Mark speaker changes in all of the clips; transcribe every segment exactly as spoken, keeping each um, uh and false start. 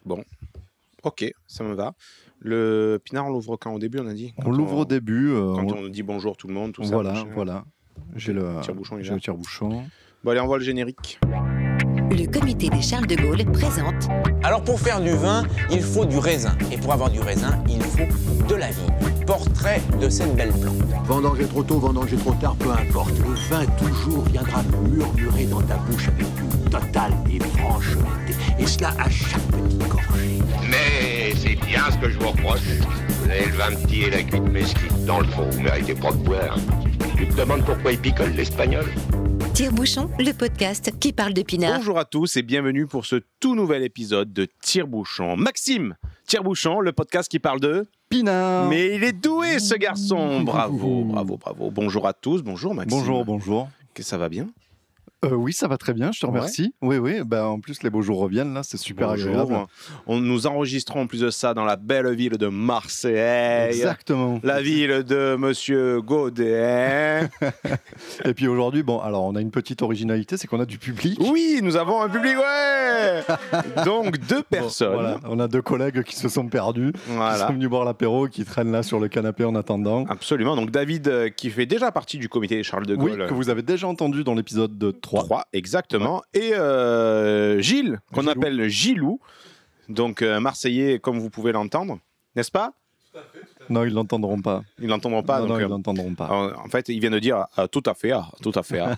Speaker 1: Bon, ok, ça me va. Le pinard, on l'ouvre quand au début, on a dit
Speaker 2: On l'ouvre au début. euh,
Speaker 1: Quand
Speaker 2: on...
Speaker 1: on dit bonjour tout le monde, tout
Speaker 2: voilà,
Speaker 1: ça.
Speaker 2: voilà. J'ai le
Speaker 1: tire-bouchon.
Speaker 2: j'ai le tire-bouchon.
Speaker 1: Bon, allez, on voit le générique.
Speaker 3: Le comité des Charles de Gaulle présente.
Speaker 4: Alors pour faire du vin, il faut du raisin. Et pour avoir du raisin, il faut de la vigne. Portrait de cette belle plante.
Speaker 5: Vendanger trop tôt, vendanger trop tard, peu importe. Le vin toujours viendra murmurer dans ta bouche avec une totale et franche honnêteté. Et cela à chaque petite gorgée.
Speaker 6: Mais c'est bien ce que je vous reproche. Vous avez le vin petit et la cuite mesquite. Dans le fond, vous méritez pas de boire. Tu te demandes pourquoi il picole l'espagnol?
Speaker 3: Tire-bouchon, le podcast qui parle de pinard.
Speaker 1: Bonjour à tous et bienvenue pour ce tout nouvel épisode de Tire-bouchon. Maxime Tire-bouchon, le podcast qui parle de...
Speaker 2: Pinard.
Speaker 1: Mais il est doué ce garçon. Bravo, bravo, bravo. Bonjour à tous, bonjour Maxime.
Speaker 2: Bonjour, bonjour.
Speaker 1: Que ça va bien?
Speaker 2: Euh, oui, ça va très bien, je te remercie. Ouais. Oui, oui. Ben, en plus, les beaux jours reviennent, là, c'est super
Speaker 1: Bonjour.
Speaker 2: agréable.
Speaker 1: On nous enregistrons en plus de ça dans la belle ville de Marseille.
Speaker 2: Exactement.
Speaker 1: La ville de Monsieur Godet.
Speaker 2: Et puis aujourd'hui, bon, alors on a une petite originalité, c'est qu'on a du public.
Speaker 1: Oui, nous avons un public, ouais. Donc deux personnes.
Speaker 2: Bon, voilà. On a deux collègues qui se sont perdus,
Speaker 1: Voilà.
Speaker 2: qui sont venus boire l'apéro, qui traînent là sur le canapé en attendant.
Speaker 1: Absolument. Donc David, euh, qui fait déjà partie du comité des Charles de
Speaker 2: Oui,
Speaker 1: Gaulle.
Speaker 2: que vous avez déjà entendu dans l'épisode de trois.
Speaker 1: trois, exactement. Et euh, Gilles, qu'on
Speaker 2: Gilou.
Speaker 1: appelle Gilou, donc un Marseillais, comme vous pouvez l'entendre, n'est-ce pas?
Speaker 2: Non, ils l'entendront pas.
Speaker 1: Ils l'entendront pas.
Speaker 2: non,
Speaker 1: donc,
Speaker 2: non, ils
Speaker 1: euh,
Speaker 2: l'entendront pas.
Speaker 1: en, en fait, il vient de dire ah, tout à fait, ah, tout à fait. ah.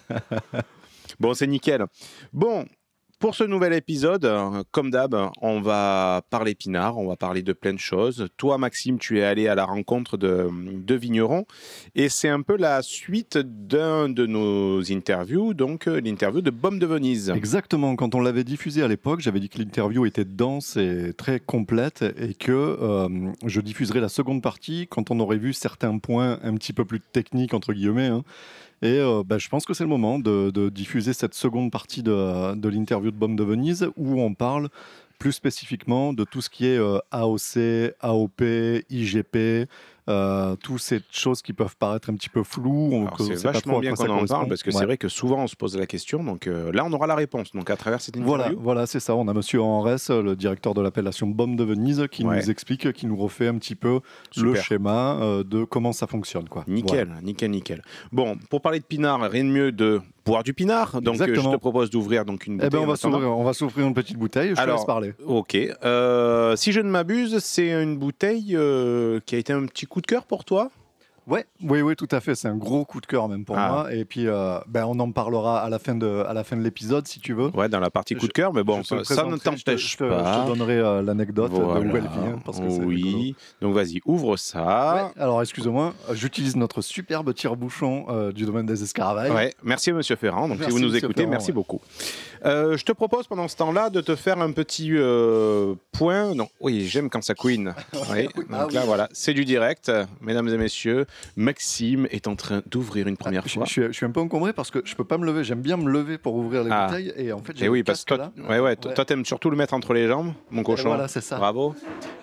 Speaker 1: Bon, c'est nickel. Bon. Pour ce nouvel épisode, euh, comme d'hab, on va parler pinard, on va parler de plein de choses. Toi, Maxime, tu es allé à la rencontre de, de vignerons et c'est un peu la suite d'un de nos interviews, donc euh, l'interview de Baume de Venise.
Speaker 2: Exactement, quand on l'avait diffusé à l'époque, j'avais dit que l'interview était dense et très complète et que euh, je diffuserai la seconde partie quand on aurait vu certains points un petit peu plus techniques, entre guillemets, hein. Et euh, bah, je pense que c'est le moment de, de diffuser cette seconde partie de, de l'interview de Baume de Venise où on parle plus spécifiquement de tout ce qui est euh, A O C, A O P, I G P, euh, toutes ces choses qui peuvent paraître un petit peu floues. On,
Speaker 1: Alors,
Speaker 2: on
Speaker 1: c'est
Speaker 2: sait pas
Speaker 1: vachement
Speaker 2: trop à
Speaker 1: bien
Speaker 2: quoi ça
Speaker 1: qu'on en
Speaker 2: correspond.
Speaker 1: parle parce que
Speaker 2: Ouais.
Speaker 1: c'est vrai que souvent on se pose la question. Donc euh, là, on aura la réponse. Donc à travers cette interview.
Speaker 2: Voilà, voilà, c'est ça. On a Monsieur Henrès, le directeur de l'appellation Baume de Venise, qui
Speaker 1: Ouais.
Speaker 2: nous explique, qui nous refait un petit peu
Speaker 1: Super.
Speaker 2: le schéma euh, de comment ça fonctionne, quoi.
Speaker 1: Nickel,
Speaker 2: Voilà.
Speaker 1: nickel, nickel. Bon, pour parler de pinard, rien de mieux de boire du pinard. Donc euh, je
Speaker 2: Exactement.
Speaker 1: te propose d'ouvrir donc une
Speaker 2: Eh
Speaker 1: bouteille.
Speaker 2: ben, on
Speaker 1: en
Speaker 2: va
Speaker 1: attendant.
Speaker 2: s'ouvrir, on va s'ouvrir une petite bouteille. Je te
Speaker 1: Alors,
Speaker 2: laisse parler.
Speaker 1: Ok. Euh, si je ne m'abuse, c'est une bouteille euh, qui a été un petit coup de cœur pour toi.
Speaker 2: Ouais, oui, oui, tout à fait. C'est un gros coup de cœur même pour
Speaker 1: Ah.
Speaker 2: moi. Et puis, euh, ben, on en parlera à la fin de, à la fin de l'épisode, si tu veux.
Speaker 1: Ouais, dans la partie coup de cœur, mais bon,
Speaker 2: Je te le
Speaker 1: ça, ça ne
Speaker 2: présenterai,
Speaker 1: t'empêche
Speaker 2: je te- je te-
Speaker 1: pas.
Speaker 2: Je te donnerai euh, l'anecdote
Speaker 1: Voilà.
Speaker 2: de où elle vient, parce que c'est rigolo.
Speaker 1: Oui. Donc vas-y, ouvre ça.
Speaker 2: Ouais, alors, excuse-moi, euh, j'utilise notre superbe tire-bouchon euh, du domaine des escaravailles.
Speaker 1: Ouais, merci Monsieur Ferrand. Donc
Speaker 2: Merci,
Speaker 1: si vous nous
Speaker 2: Monsieur
Speaker 1: écoutez,
Speaker 2: Ferrand,
Speaker 1: merci
Speaker 2: ouais.
Speaker 1: beaucoup. Euh, je te propose pendant ce temps-là de te faire un petit euh, point. Non, oui, j'aime quand ça couine. Oui, donc
Speaker 2: Ah
Speaker 1: là
Speaker 2: oui.
Speaker 1: voilà, c'est du direct, mesdames et messieurs. Maxime est en train d'ouvrir une première
Speaker 2: Ah, je,
Speaker 1: fois.
Speaker 2: je suis, je suis un peu encombré parce que je peux pas me lever. J'aime bien me lever pour ouvrir les
Speaker 1: Ah.
Speaker 2: bouteilles et en fait j'ai
Speaker 1: Et
Speaker 2: le
Speaker 1: oui, parce que toi,
Speaker 2: casque là.
Speaker 1: ouais, ouais, toi, toi, t'aimes surtout le mettre entre les jambes, mon
Speaker 2: Et
Speaker 1: cochon.
Speaker 2: voilà, c'est ça.
Speaker 1: Bravo.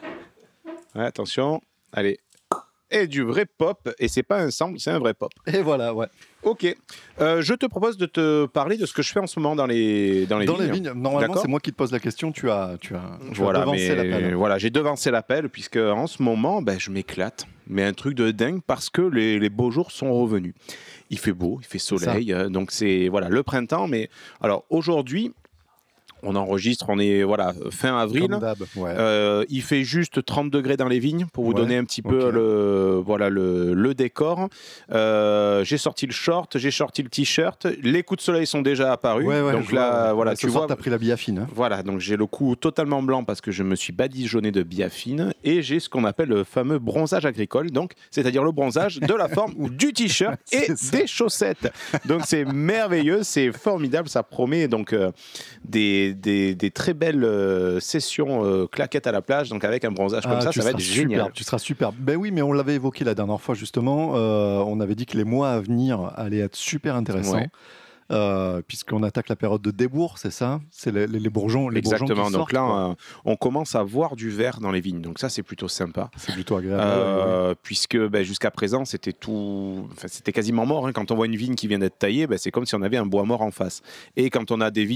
Speaker 1: Ouais, attention. Allez. Et du vrai pop, et c'est pas un sample, c'est un vrai pop.
Speaker 2: Et voilà, ouais.
Speaker 1: Ok. Euh, je te propose de te parler de ce que je fais en ce moment dans les dans les
Speaker 2: Dans
Speaker 1: vignes.
Speaker 2: les vignes, normalement
Speaker 1: D'accord.
Speaker 2: c'est moi qui te pose la question. Tu as, tu as, tu as
Speaker 1: Voilà,
Speaker 2: devancé
Speaker 1: mais
Speaker 2: l'appel.
Speaker 1: voilà, j'ai devancé l'appel puisque en ce moment, ben, je m'éclate, mais un truc de dingue parce que les, les beaux jours sont revenus. Il fait beau, il fait soleil, euh, donc c'est voilà le printemps. Mais alors aujourd'hui, on enregistre, on est voilà fin avril.
Speaker 2: Comme d'hab, ouais.
Speaker 1: Euh, il fait juste trente degrés dans les vignes pour vous
Speaker 2: Ouais,
Speaker 1: donner un petit peu
Speaker 2: ok.
Speaker 1: le, voilà, le, le décor. Euh, j'ai sorti le short, j'ai sorti le t-shirt. Les coups de soleil sont déjà apparus.
Speaker 2: Ouais, ouais,
Speaker 1: donc
Speaker 2: je
Speaker 1: là,
Speaker 2: vois, ouais.
Speaker 1: voilà,
Speaker 2: Ce
Speaker 1: tu
Speaker 2: soir,
Speaker 1: vois.
Speaker 2: t'as pris la biafine. Hein.
Speaker 1: Voilà, donc j'ai le cou totalement blanc parce que je me suis badigeonné de biafine et j'ai ce qu'on appelle le fameux bronzage agricole, donc c'est-à-dire le bronzage de la forme du t-shirt et
Speaker 2: C'est ça.
Speaker 1: des chaussettes. Donc c'est merveilleux, c'est formidable, ça promet donc euh, des, des, des très belles euh, sessions euh, claquettes à la plage, donc avec un bronzage comme
Speaker 2: Ah,
Speaker 1: ça,
Speaker 2: tu
Speaker 1: ça va être
Speaker 2: seras
Speaker 1: génial.
Speaker 2: superbe, tu seras superbe. Ben oui, mais on l'avait évoqué la dernière fois justement. euh, on avait dit que les mois à venir allaient être super intéressants.
Speaker 1: Ouais.
Speaker 2: euh, puisqu'on attaque la période de débours, c'est ça? C'est les, les, les bourgeons, les bourgeons
Speaker 1: Exactement,
Speaker 2: qui
Speaker 1: donc
Speaker 2: sortent,
Speaker 1: là
Speaker 2: quoi.
Speaker 1: euh, on commence à voir du vert dans les vignes, donc ça c'est plutôt sympa.
Speaker 2: C'est plutôt agréable.
Speaker 1: Euh,
Speaker 2: ouais, ouais.
Speaker 1: puisque ben, jusqu'à présent c'était tout, enfin, c'était quasiment mort. Hein. Quand on voit une vigne qui vient d'être taillée, ben, c'est comme si on avait un bois mort en face. Et quand on a des vignes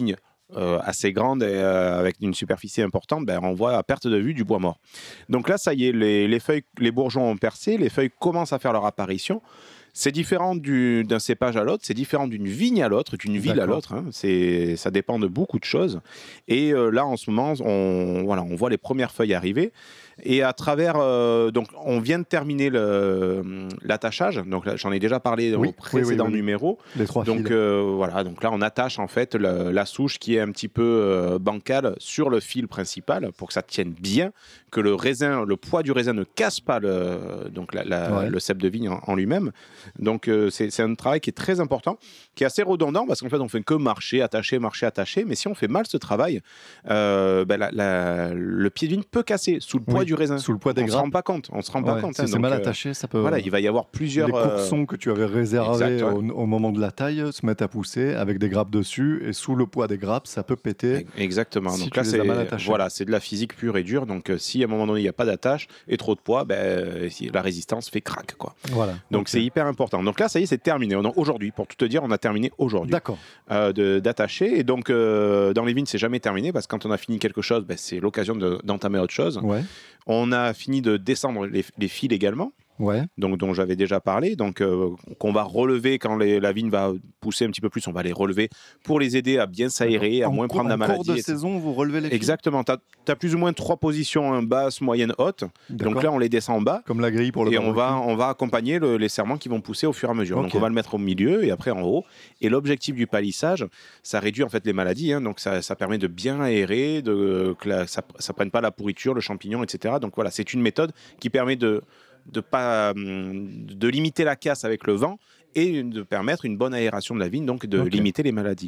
Speaker 1: euh, assez grande et euh, avec une superficie importante, ben, on voit à perte de vue du bois mort. Donc là, ça y est, les, les feuilles, les bourgeons ont percé, les feuilles commencent à faire leur apparition. C'est différent du, d'un cépage à l'autre, c'est différent d'une vigne à l'autre, d'une ville à l'autre. Hein. C'est, ça dépend de beaucoup de choses. Et euh, là, en ce moment, on, voilà, on voit les premières feuilles arriver. Et à travers, euh, donc, on vient de terminer le, l'attachage. Donc, là, j'en ai déjà parlé
Speaker 2: oui,
Speaker 1: au précédent
Speaker 2: oui, oui, oui.
Speaker 1: numéro.
Speaker 2: Les trois
Speaker 1: donc,
Speaker 2: fils.
Speaker 1: Euh, voilà. Donc là, on attache en fait le, la souche qui est un petit peu euh, bancale sur le fil principal pour que ça tienne bien, que le raisin, le poids du raisin ne casse pas le, donc la, la, ouais. le cep de vigne en, en lui-même. Donc, euh, c'est, c'est un travail qui est très important, qui est assez redondant parce qu'en fait, on fait que marcher, attacher, marcher, attacher. Mais si on fait mal ce travail, euh, ben, la, la, le pied de vigne peut casser sous le poids
Speaker 2: oui,
Speaker 1: du raisin.
Speaker 2: Sous le poids des
Speaker 1: on
Speaker 2: grappes.
Speaker 1: On se rend pas compte. On se rend
Speaker 2: ouais,
Speaker 1: pas compte.
Speaker 2: Si
Speaker 1: hein,
Speaker 2: c'est
Speaker 1: donc,
Speaker 2: mal
Speaker 1: euh,
Speaker 2: attaché, ça peut.
Speaker 1: Voilà, il va y avoir plusieurs.
Speaker 2: Les coursons euh... que tu avais réservés exact, ouais. au, au moment de la taille se mettent à pousser avec des grappes dessus et sous le poids des grappes, ça peut péter.
Speaker 1: Exactement.
Speaker 2: Si
Speaker 1: donc
Speaker 2: tu
Speaker 1: là,
Speaker 2: les
Speaker 1: c'est
Speaker 2: as mal attachés.
Speaker 1: voilà, c'est de la physique pure et dure. Donc euh, si à un moment donné il n'y a pas d'attache et trop de poids, ben la résistance fait crack quoi.
Speaker 2: Voilà.
Speaker 1: Donc
Speaker 2: okay.
Speaker 1: c'est hyper important. Donc là, ça y est, c'est terminé. On a, aujourd'hui, pour tout te dire, on a terminé aujourd'hui.
Speaker 2: D'accord.
Speaker 1: Euh, de, d'attacher et donc euh, dans les vignes, c'est jamais terminé parce que quand on a fini quelque chose, ben, c'est l'occasion de, d'entamer autre chose.
Speaker 2: Ouais.
Speaker 1: On a fini de descendre les, les fils également.
Speaker 2: Ouais.
Speaker 1: Donc, dont j'avais déjà parlé, donc euh, qu'on va relever quand les, la vigne va pousser un petit peu plus, on va les relever pour les aider à bien s'aérer, à
Speaker 2: en
Speaker 1: moins
Speaker 2: cours,
Speaker 1: prendre la maladie.
Speaker 2: En cours de saison, vous relevez les fils.
Speaker 1: Exactement, tu as plus ou moins trois positions, hein, basse, moyenne, haute. D'accord. Donc là, on les descend en bas.
Speaker 2: Comme la grille pour le
Speaker 1: Et on va, on va accompagner le, les serments qui vont pousser au fur et à mesure. Okay. Donc on va le mettre au milieu et après en haut. Et l'objectif du palissage, ça réduit en fait les maladies, hein, donc ça, ça permet de bien aérer, de, que la, ça ne prenne pas la pourriture, le champignon, et cetera. Donc voilà, c'est une méthode qui permet de de pas de limiter la casse avec le vent et de permettre une bonne aération de la vigne, donc de okay. limiter les maladies.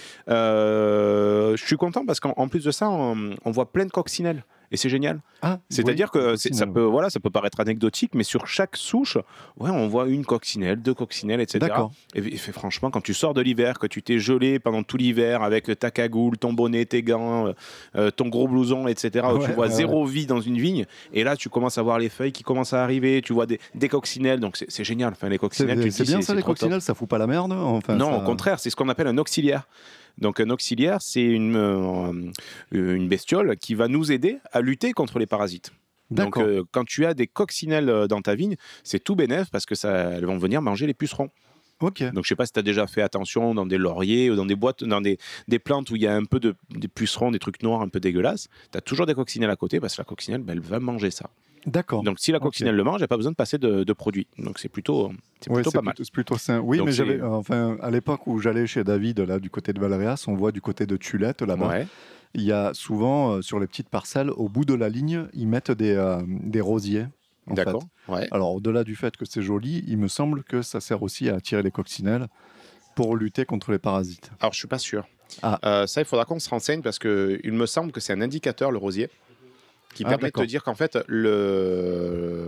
Speaker 1: Euh, je suis content parce qu'en plus de ça, on, on voit plein de coccinelles. Et c'est génial. Ah, C'est-à-dire oui, que c'est, ça, peut, voilà, ça peut paraître anecdotique, mais sur chaque souche, ouais, on voit une coccinelle, deux coccinelles, et cetera. D'accord. Et, et franchement, quand tu sors de l'hiver, que tu t'es gelé pendant tout l'hiver avec ta cagoule, ton bonnet, tes gants, euh, ton gros blouson, et cetera, où ouais, tu vois ouais, zéro ouais. vie dans une vigne, et là, tu commences à voir les feuilles qui commencent à arriver, tu vois des, des coccinelles, donc c'est, c'est génial. Enfin, les coccinelles,
Speaker 2: c'est,
Speaker 1: tu
Speaker 2: c'est
Speaker 1: dis,
Speaker 2: bien
Speaker 1: c'est,
Speaker 2: ça,
Speaker 1: c'est
Speaker 2: les coccinelles, top. Ça fout pas la merde enfin,
Speaker 1: Non,
Speaker 2: ça...
Speaker 1: au contraire, c'est ce qu'on appelle un auxiliaire. Donc un auxiliaire, c'est une, euh, une bestiole qui va nous aider à lutter contre les parasites. D'accord. Donc euh, quand tu as des coccinelles dans ta vigne, c'est tout bénef parce que ça, elles vont venir manger les pucerons.
Speaker 2: Okay.
Speaker 1: Donc je sais pas si tu as déjà fait attention dans des lauriers ou dans des boîtes, dans des, des plantes où il y a un peu de des pucerons, des trucs noirs un peu dégueulasses. Tu as toujours des coccinelles à côté parce que la coccinelle, ben, elle va manger ça.
Speaker 2: D'accord.
Speaker 1: Donc si la coccinelle okay. le mange, il n'y a pas besoin de passer de, de produit. Donc c'est plutôt, c'est
Speaker 2: ouais,
Speaker 1: plutôt
Speaker 2: c'est
Speaker 1: pas mal.
Speaker 2: C'est plutôt sain. Oui, donc mais c'est... j'avais, euh, enfin, à l'époque où j'allais chez David, là, du côté de Valréas, on voit du côté de Tulette, là-bas. Ouais. Il y a souvent, euh, sur les petites parcelles, au bout de la ligne, ils mettent des, euh, des rosiers.
Speaker 1: D'accord. Ouais.
Speaker 2: Alors, au-delà du fait que c'est joli, il me semble que ça sert aussi à attirer les coccinelles pour lutter contre les parasites.
Speaker 1: Alors, je ne suis pas sûr.
Speaker 2: Ah.
Speaker 1: Euh, ça, il faudra qu'on se renseigne parce qu'il me semble que c'est un indicateur, le rosier, qui ah, permet d'accord. de te dire qu'en fait, le,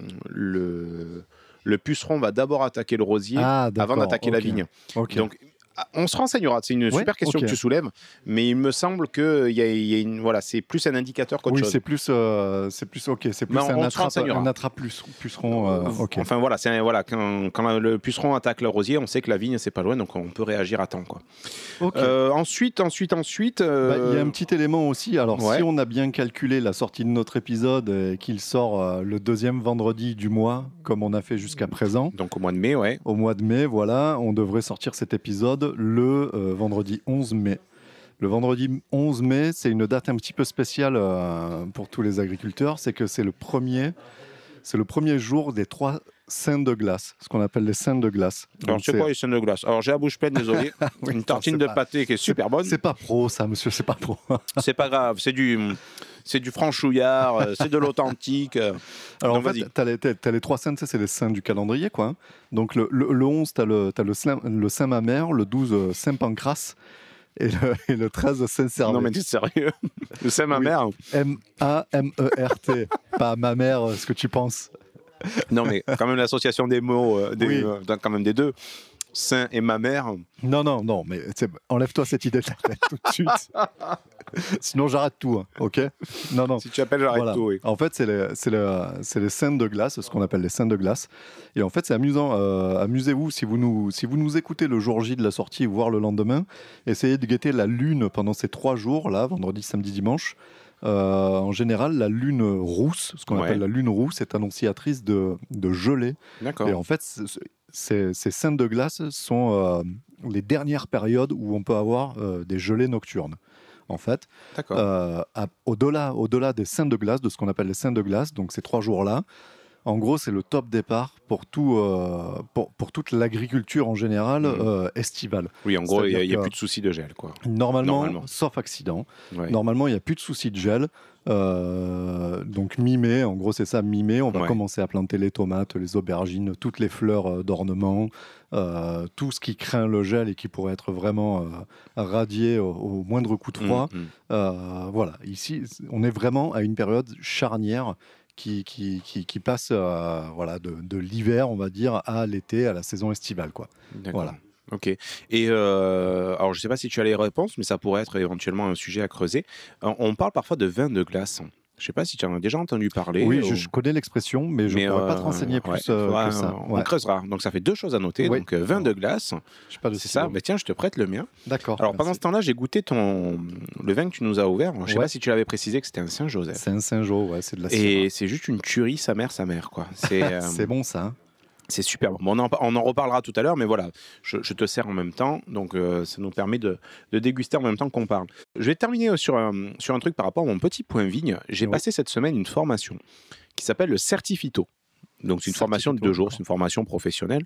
Speaker 1: le, le puceron va d'abord attaquer le rosier ah, avant d'attaquer okay. la vigne. Okay. Donc, on se renseignera, c'est une ouais, super question okay. que tu soulèves, mais il me semble que y a, y a une, voilà, c'est plus un indicateur qu'autre
Speaker 2: oui,
Speaker 1: chose.
Speaker 2: Oui, c'est plus, euh, c'est plus, ok, c'est plus un, attrape, un attrape puceron. Euh, okay.
Speaker 1: Enfin voilà, c'est, voilà quand, quand le puceron attaque le rosier, on sait que la vigne c'est pas loin, donc on peut réagir à temps. Quoi. Okay. Euh, ensuite, ensuite, ensuite. Euh...
Speaker 2: Bah, y a un petit élément aussi. Alors ouais. si on a bien calculé la sortie de notre épisode et qu'il sort euh, le deuxième vendredi du mois, comme on a fait jusqu'à présent.
Speaker 1: Donc au mois de mai, ouais.
Speaker 2: Au mois de mai, voilà, on devrait sortir cet épisode le euh, vendredi onze mai. Le vendredi onze mai, c'est une date un petit peu spéciale euh, pour tous les agriculteurs, c'est que c'est le premier, c'est le premier jour des trois saints de glace, ce qu'on appelle les saints de glace.
Speaker 1: Alors, c'est quoi les saints de glace? Alors, j'ai la bouche pleine, désolé. oui, une tartine de pas... pâté qui est super bonne.
Speaker 2: C'est pas pro, ça, monsieur, c'est pas pro.
Speaker 1: C'est pas grave, c'est du... C'est du franchouillard, c'est de l'authentique.
Speaker 2: Alors, donc, en fait, tu as, as les trois saints, c'est les saints du calendrier, quoi. Hein. Donc, le, le, le onze, tu as le, le, Saint, le Saint Mamère, le douze, euh, Saint Pancras, et le, et le treize, Saint Servet.
Speaker 1: Non, mais t'es sérieux? Le Saint Mamère?
Speaker 2: Oui. M A M E R T, pas ma mère, ce que tu penses.
Speaker 1: Non, mais quand même, l'association des mots, euh, des,
Speaker 2: oui.
Speaker 1: euh, quand même des deux. sein et ma mère.
Speaker 2: Non, non, non, mais enlève-toi cette idée de la tête tout de suite. Sinon, j'arrête tout, hein, ok ? Non, non.
Speaker 1: Si tu appelles, j'arrête
Speaker 2: voilà.
Speaker 1: tout, oui.
Speaker 2: En fait, c'est les, c'est, les, c'est les scènes de glace, ce qu'on appelle les scènes de glace. Et en fait, c'est amusant. Euh, amusez-vous, si vous, nous, si vous nous écoutez le jour J de la sortie, voire le lendemain, essayez de guetter la lune pendant ces trois jours, là, vendredi, samedi, dimanche. Euh, en général, la lune rousse, ce qu'on
Speaker 1: Ouais.
Speaker 2: appelle la lune rousse, est annonciatrice de, de gelée.
Speaker 1: D'accord.
Speaker 2: Et en fait, c'est, c'est, ces scènes de glace sont euh, les dernières périodes où on peut avoir euh, des gelées nocturnes. En fait,
Speaker 1: D'accord.
Speaker 2: euh, à- au-delà, au-delà des scènes de glace, de ce qu'on appelle les scènes de glace, donc ces trois jours-là, en gros, c'est le top départ pour, tout, euh, pour, pour toute l'agriculture en général
Speaker 1: Mhm.
Speaker 2: euh, estivale.
Speaker 1: Oui, en gros, il n'y a,
Speaker 2: c'est-à-dire
Speaker 1: il y a
Speaker 2: que-
Speaker 1: plus de soucis de gel, quoi.
Speaker 2: Normalement,
Speaker 1: Normalement.
Speaker 2: sauf accident,
Speaker 1: Ouais.
Speaker 2: normalement, il n'y a plus de soucis de gel. Euh, donc mi-mai, en gros, c'est ça, mi-mai, on va
Speaker 1: Ouais.
Speaker 2: commencer à planter les tomates, les aubergines, toutes les fleurs euh, d'ornement, euh, tout ce qui craint le gel et qui pourrait être vraiment euh, radié au, au moindre coup de froid.
Speaker 1: Mm, mm.
Speaker 2: Euh, voilà, ici, on est vraiment à une période charnière qui, qui, qui, qui passe euh, voilà, de, de l'hiver, on va dire, à l'été, à la saison estivale, quoi.
Speaker 1: D'accord.
Speaker 2: Voilà.
Speaker 1: Ok. Et euh, alors, je ne sais pas si tu as les réponses, mais ça pourrait être éventuellement un sujet à creuser. On on parle parfois de vin de glace. Je ne sais pas si tu en as déjà entendu parler.
Speaker 2: Oui,
Speaker 1: ou-
Speaker 2: je, je connais l'expression, mais je ne
Speaker 1: mais,
Speaker 2: pourrais pas
Speaker 1: euh,
Speaker 2: te renseigner plus
Speaker 1: ouais,
Speaker 2: euh,
Speaker 1: faudra-
Speaker 2: que ça.
Speaker 1: On
Speaker 2: Ouais.
Speaker 1: creusera. Donc, ça fait deux choses à noter.
Speaker 2: Oui.
Speaker 1: Donc, euh, vin de glace,
Speaker 2: Je sais pas de
Speaker 1: c'est ça.
Speaker 2: stylo.
Speaker 1: Mais tiens, je te prête le mien.
Speaker 2: D'accord.
Speaker 1: Alors, pendant
Speaker 2: merci.
Speaker 1: ce temps-là, j'ai goûté ton... le vin que tu nous as ouvert. Je ne sais
Speaker 2: Ouais.
Speaker 1: pas si tu l'avais précisé que c'était un Saint-Joseph.
Speaker 2: C'est un Saint-Jean, ouais, c'est de la
Speaker 1: Et
Speaker 2: Syrah.
Speaker 1: c'est juste une tuerie, sa mère, sa mère, quoi. C'est euh,
Speaker 2: C'est bon ça. Hein.
Speaker 1: c'est super bon. Bon, on, en, on en reparlera tout à l'heure, mais voilà, je, je te sers en même temps, donc euh, ça nous permet de, de déguster en même temps qu'on parle. Je vais terminer euh, sur un, sur un truc par rapport à mon petit point vigne. J'ai
Speaker 2: Oui.
Speaker 1: passé cette semaine une formation qui s'appelle le Certifito. Donc c'est une formation de
Speaker 2: Certifito,
Speaker 1: deux jours,
Speaker 2: d'accord.
Speaker 1: c'est une formation professionnelle.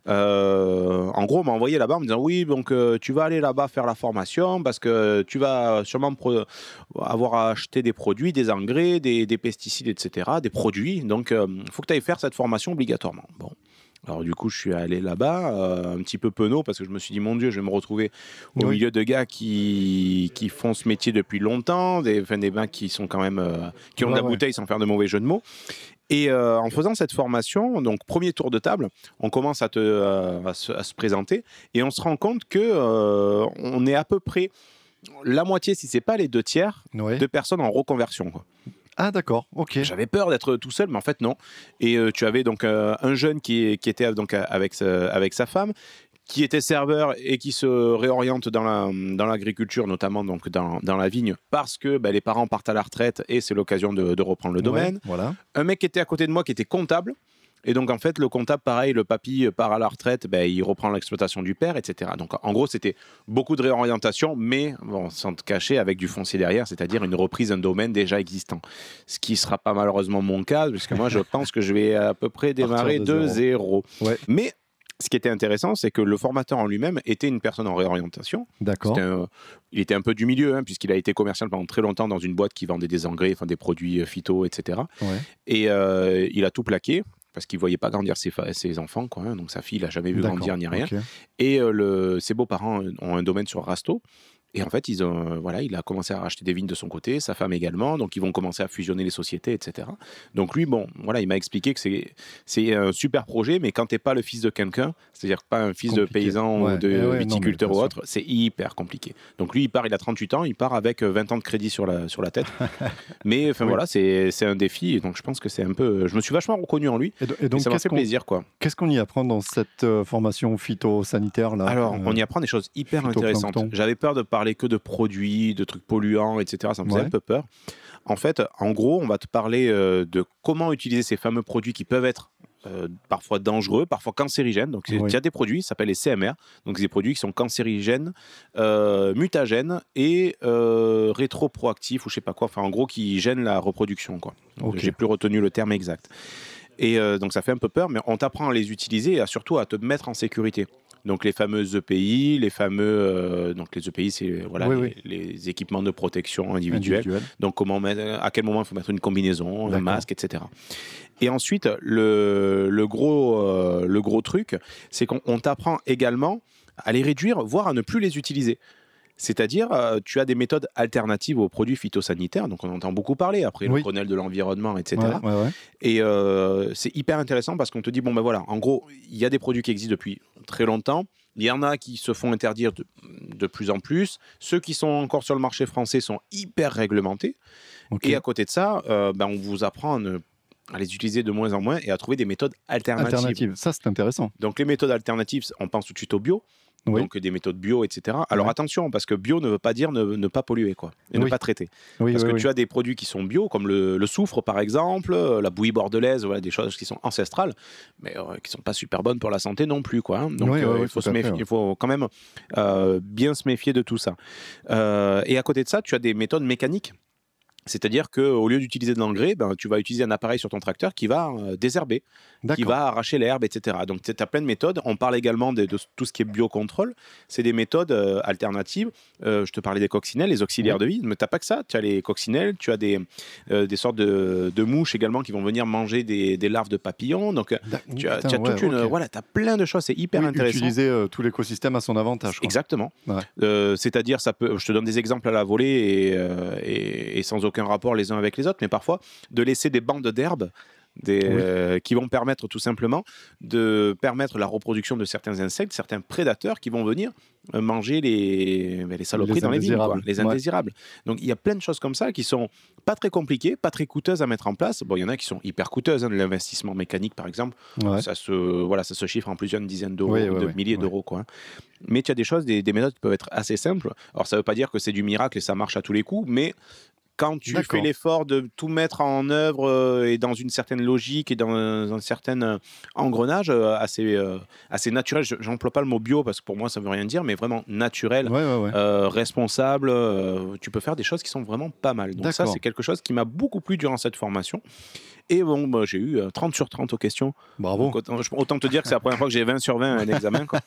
Speaker 1: Euh, en gros, on m'a envoyé là-bas en me disant oui, donc euh, tu vas aller là-bas faire la formation parce que tu vas sûrement pro- avoir à acheter des produits, des engrais, des, des pesticides, et cetera, des produits. Donc il faut que tu ailles faire cette formation obligatoirement. Bon. Alors du coup, je suis allé là-bas, euh, un petit peu penaud, parce que je me suis dit, mon Dieu, je vais me retrouver au
Speaker 2: Oui.
Speaker 1: milieu de gars qui, qui font ce métier depuis longtemps, des, enfin, des mecs qui sont quand même, euh, qui ont
Speaker 2: Ouais,
Speaker 1: de la
Speaker 2: ouais.
Speaker 1: bouteille sans faire de mauvais jeu de mots. Et euh, en faisant cette formation, donc premier tour de table, on commence à, te, euh, à, se, à se présenter et on se rend compte que euh, on est à peu près la moitié, si c'est pas les deux tiers,
Speaker 2: Ouais.
Speaker 1: de personnes en reconversion, quoi.
Speaker 2: Ah d'accord, ok.
Speaker 1: J'avais peur d'être tout seul, mais en fait non. Et euh, tu avais donc euh, un jeune qui, qui était donc avec sa, avec sa femme, qui était serveur et qui se réoriente dans la dans l'agriculture, notamment donc dans, dans la vigne, parce que ben, les parents partent à la retraite et c'est l'occasion de, de reprendre le domaine.
Speaker 2: Ouais, voilà.
Speaker 1: Un mec qui était à côté de moi qui était comptable. Et donc, en fait, le comptable, pareil, le papy part à la retraite, ben, il reprend l'exploitation du père, et cetera. Donc, en gros, c'était beaucoup de réorientation, mais bon, sans te cacher, avec du foncier derrière, c'est-à-dire une reprise d'un domaine déjà existant. Ce qui ne sera pas malheureusement mon cas, puisque moi, je pense que je vais à peu près démarrer
Speaker 2: de
Speaker 1: de zéro.
Speaker 2: Ouais.
Speaker 1: Mais ce qui était intéressant, c'est que le formateur en lui-même était une personne en réorientation.
Speaker 2: D'accord.
Speaker 1: C'était un- il était un peu du milieu, hein, puisqu'il a été commercial pendant très longtemps dans une boîte qui vendait des engrais, enfin, des produits euh, phyto, et cetera.
Speaker 2: Ouais.
Speaker 1: Et euh, il a tout plaqué parce qu'il ne voyait pas grandir ses, fa- ses enfants, quoi, hein. Donc sa fille, il n'a jamais vu
Speaker 2: D'accord,
Speaker 1: grandir ni rien.
Speaker 2: ok.
Speaker 1: Et euh, le, ses beaux-parents ont un domaine sur Rasto. Et en fait, ils ont, euh, voilà, il a commencé à racheter des vignes de son côté, sa femme également. Donc, ils vont commencer à fusionner les sociétés, et cetera. Donc, lui, bon, voilà, il m'a expliqué que c'est, c'est un super projet, mais quand tu n'es pas le fils de quelqu'un, c'est-à-dire pas un fils de
Speaker 2: Compliqué.
Speaker 1: paysan
Speaker 2: Ouais,
Speaker 1: ou de
Speaker 2: eh ouais, non, mais
Speaker 1: viticulteur
Speaker 2: bien
Speaker 1: ou
Speaker 2: sûr.
Speaker 1: autre, c'est hyper compliqué. Donc, lui, il part, il a trente-huit ans, il part avec euh, vingt ans de crédit sur la, sur la tête. Mais, enfin,
Speaker 2: Oui.
Speaker 1: voilà, c'est, c'est un défi. Et donc, je pense que c'est un peu. Je me suis vachement reconnu en lui.
Speaker 2: Et, do- et
Speaker 1: Et
Speaker 2: donc,
Speaker 1: ça m'a
Speaker 2: qu'est-ce
Speaker 1: fait
Speaker 2: qu'on,
Speaker 1: plaisir, quoi.
Speaker 2: qu'est-ce qu'on y apprend dans cette euh, formation phytosanitaire là
Speaker 1: Alors,
Speaker 2: Euh,
Speaker 1: on y apprend des choses hyper
Speaker 2: phytoplancton.
Speaker 1: intéressantes. J'avais peur de parler que de produits, de trucs polluants, et cetera. Ça me faisait
Speaker 2: Ouais.
Speaker 1: un peu peur. En fait, en gros, on va te parler euh, de comment utiliser ces fameux produits qui peuvent être euh, parfois dangereux, parfois cancérigènes. Donc, il
Speaker 2: Oui.
Speaker 1: y a des produits, ça s'appelle les C M R. Donc, c'est des produits qui sont cancérigènes, euh, mutagènes et euh, rétroproactifs ou je sais pas quoi. Enfin, en gros, qui gênent la reproduction, quoi. Donc,
Speaker 2: Ok.
Speaker 1: j'ai plus retenu le terme exact. Et euh, donc, ça fait un peu peur, mais on t'apprend à les utiliser et à, surtout à te mettre en sécurité. Donc les fameuses E P I, les fameux euh, donc les E P I, c'est voilà
Speaker 2: Oui,
Speaker 1: les,
Speaker 2: oui.
Speaker 1: les équipements de protection individuelle.
Speaker 2: individuel.
Speaker 1: Donc comment mettre, à quel moment il faut mettre une combinaison, un
Speaker 2: D'accord.
Speaker 1: masque, et cetera. Et ensuite le, le gros euh, le gros truc, c'est qu'on on t'apprend également à les réduire, voire à ne plus les utiliser. C'est-à-dire, euh, tu as des méthodes alternatives aux produits phytosanitaires, donc on entend beaucoup parler, après
Speaker 2: Oui.
Speaker 1: le Grenelle de l'environnement, et cetera.
Speaker 2: Ouais, ouais, ouais.
Speaker 1: Et euh, c'est hyper intéressant parce qu'on te dit, bon ben voilà, en gros, il y a des produits qui existent depuis très longtemps, il y en a qui se font interdire de, de plus en plus, ceux qui sont encore sur le marché français sont hyper réglementés,
Speaker 2: Okay.
Speaker 1: et à côté de ça, euh, ben, on vous apprend à, ne, à les utiliser de moins en moins et à trouver des méthodes alternatives.
Speaker 2: Alternative, ça c'est intéressant.
Speaker 1: Donc les méthodes alternatives, on pense tout de suite au bio,
Speaker 2: Oui.
Speaker 1: donc des méthodes bio, et cetera. Alors
Speaker 2: Ouais.
Speaker 1: attention, parce que bio ne veut pas dire ne, ne pas polluer, quoi, et
Speaker 2: Oui.
Speaker 1: ne pas traiter.
Speaker 2: Oui,
Speaker 1: Parce
Speaker 2: oui,
Speaker 1: que
Speaker 2: oui.
Speaker 1: tu as des produits qui sont bio, comme le, le soufre par exemple, euh, la bouillie bordelaise, voilà, des choses qui sont ancestrales, mais euh, qui ne sont pas super bonnes pour la santé non plus, quoi, hein. Donc
Speaker 2: Oui,
Speaker 1: euh,
Speaker 2: oui, oui,
Speaker 1: il, faut
Speaker 2: tout
Speaker 1: se
Speaker 2: à fait,
Speaker 1: méfier,
Speaker 2: ouais.
Speaker 1: il faut quand même euh, bien se méfier de tout ça. Euh, et à côté de ça, tu as des méthodes mécaniques. C'est-à-dire qu'au lieu d'utiliser de l'engrais, ben, tu vas utiliser un appareil sur ton tracteur qui va euh, désherber, qui
Speaker 2: D'accord.
Speaker 1: va arracher l'herbe, et cetera. Donc tu as plein de méthodes. On parle également de, de tout ce qui est biocontrôle. C'est des méthodes euh, alternatives. Euh, je te parlais des coccinelles, les auxiliaires
Speaker 2: Oui.
Speaker 1: de vie, mais tu n'as pas que ça. Tu as les coccinelles, tu as des, euh, des sortes de, de mouches également qui vont venir manger des, des larves de papillons. Donc euh,
Speaker 2: D'ac-
Speaker 1: tu as,
Speaker 2: putain,
Speaker 1: tu as
Speaker 2: ouais,
Speaker 1: toute une...
Speaker 2: ok.
Speaker 1: Voilà, tu as plein de choses. C'est hyper
Speaker 2: Oui,
Speaker 1: intéressant.
Speaker 2: utiliser euh, tout l'écosystème à son avantage. Quoi.
Speaker 1: Exactement.
Speaker 2: Ouais.
Speaker 1: Euh, c'est-à-dire, ça peut, je te donne des exemples à la volée et, euh, et, et sans aucun rapport les uns avec les autres, mais parfois de laisser des bandes d'herbe des,
Speaker 2: Oui.
Speaker 1: euh, qui vont permettre tout simplement de permettre la reproduction de certains insectes, certains prédateurs qui vont venir euh, manger les, ben, les saloperies
Speaker 2: Les
Speaker 1: dans les vignes, quoi,
Speaker 2: indésirables.
Speaker 1: les
Speaker 2: Ouais.
Speaker 1: indésirables. Donc il y a plein de choses comme ça qui sont pas très compliquées, pas très coûteuses à mettre en place. Bon, il y en a qui sont hyper coûteuses, hein, de l'investissement mécanique par exemple.
Speaker 2: Ouais.
Speaker 1: Ça se, voilà, ça se chiffre en plusieurs dizaines d'euros,
Speaker 2: Oui, oui,
Speaker 1: de
Speaker 2: oui.
Speaker 1: milliers
Speaker 2: Ouais.
Speaker 1: d'euros, quoi, hein. Mais tu as des choses, des, des méthodes qui peuvent être assez simples. Alors ça veut pas dire que c'est du miracle et ça marche à tous les coups, mais quand tu
Speaker 2: D'accord.
Speaker 1: fais l'effort de tout mettre en œuvre euh, et dans une certaine logique et dans un, un certain euh, engrenage euh, assez, euh, assez naturel, je n'emploie pas le mot bio parce que pour moi ça veut rien dire, mais vraiment naturel,
Speaker 2: Ouais, ouais, ouais.
Speaker 1: euh, responsable, euh, tu peux faire des choses qui sont vraiment pas mal. Donc ça
Speaker 2: D'accord.
Speaker 1: c'est quelque chose qui m'a beaucoup plu durant cette formation. Et bon, bah, j'ai eu euh, trente sur trente aux questions.
Speaker 2: Bravo.
Speaker 1: Donc, autant, je- autant te dire que c'est la première fois que j'ai vingt sur vingt à un examen, quoi.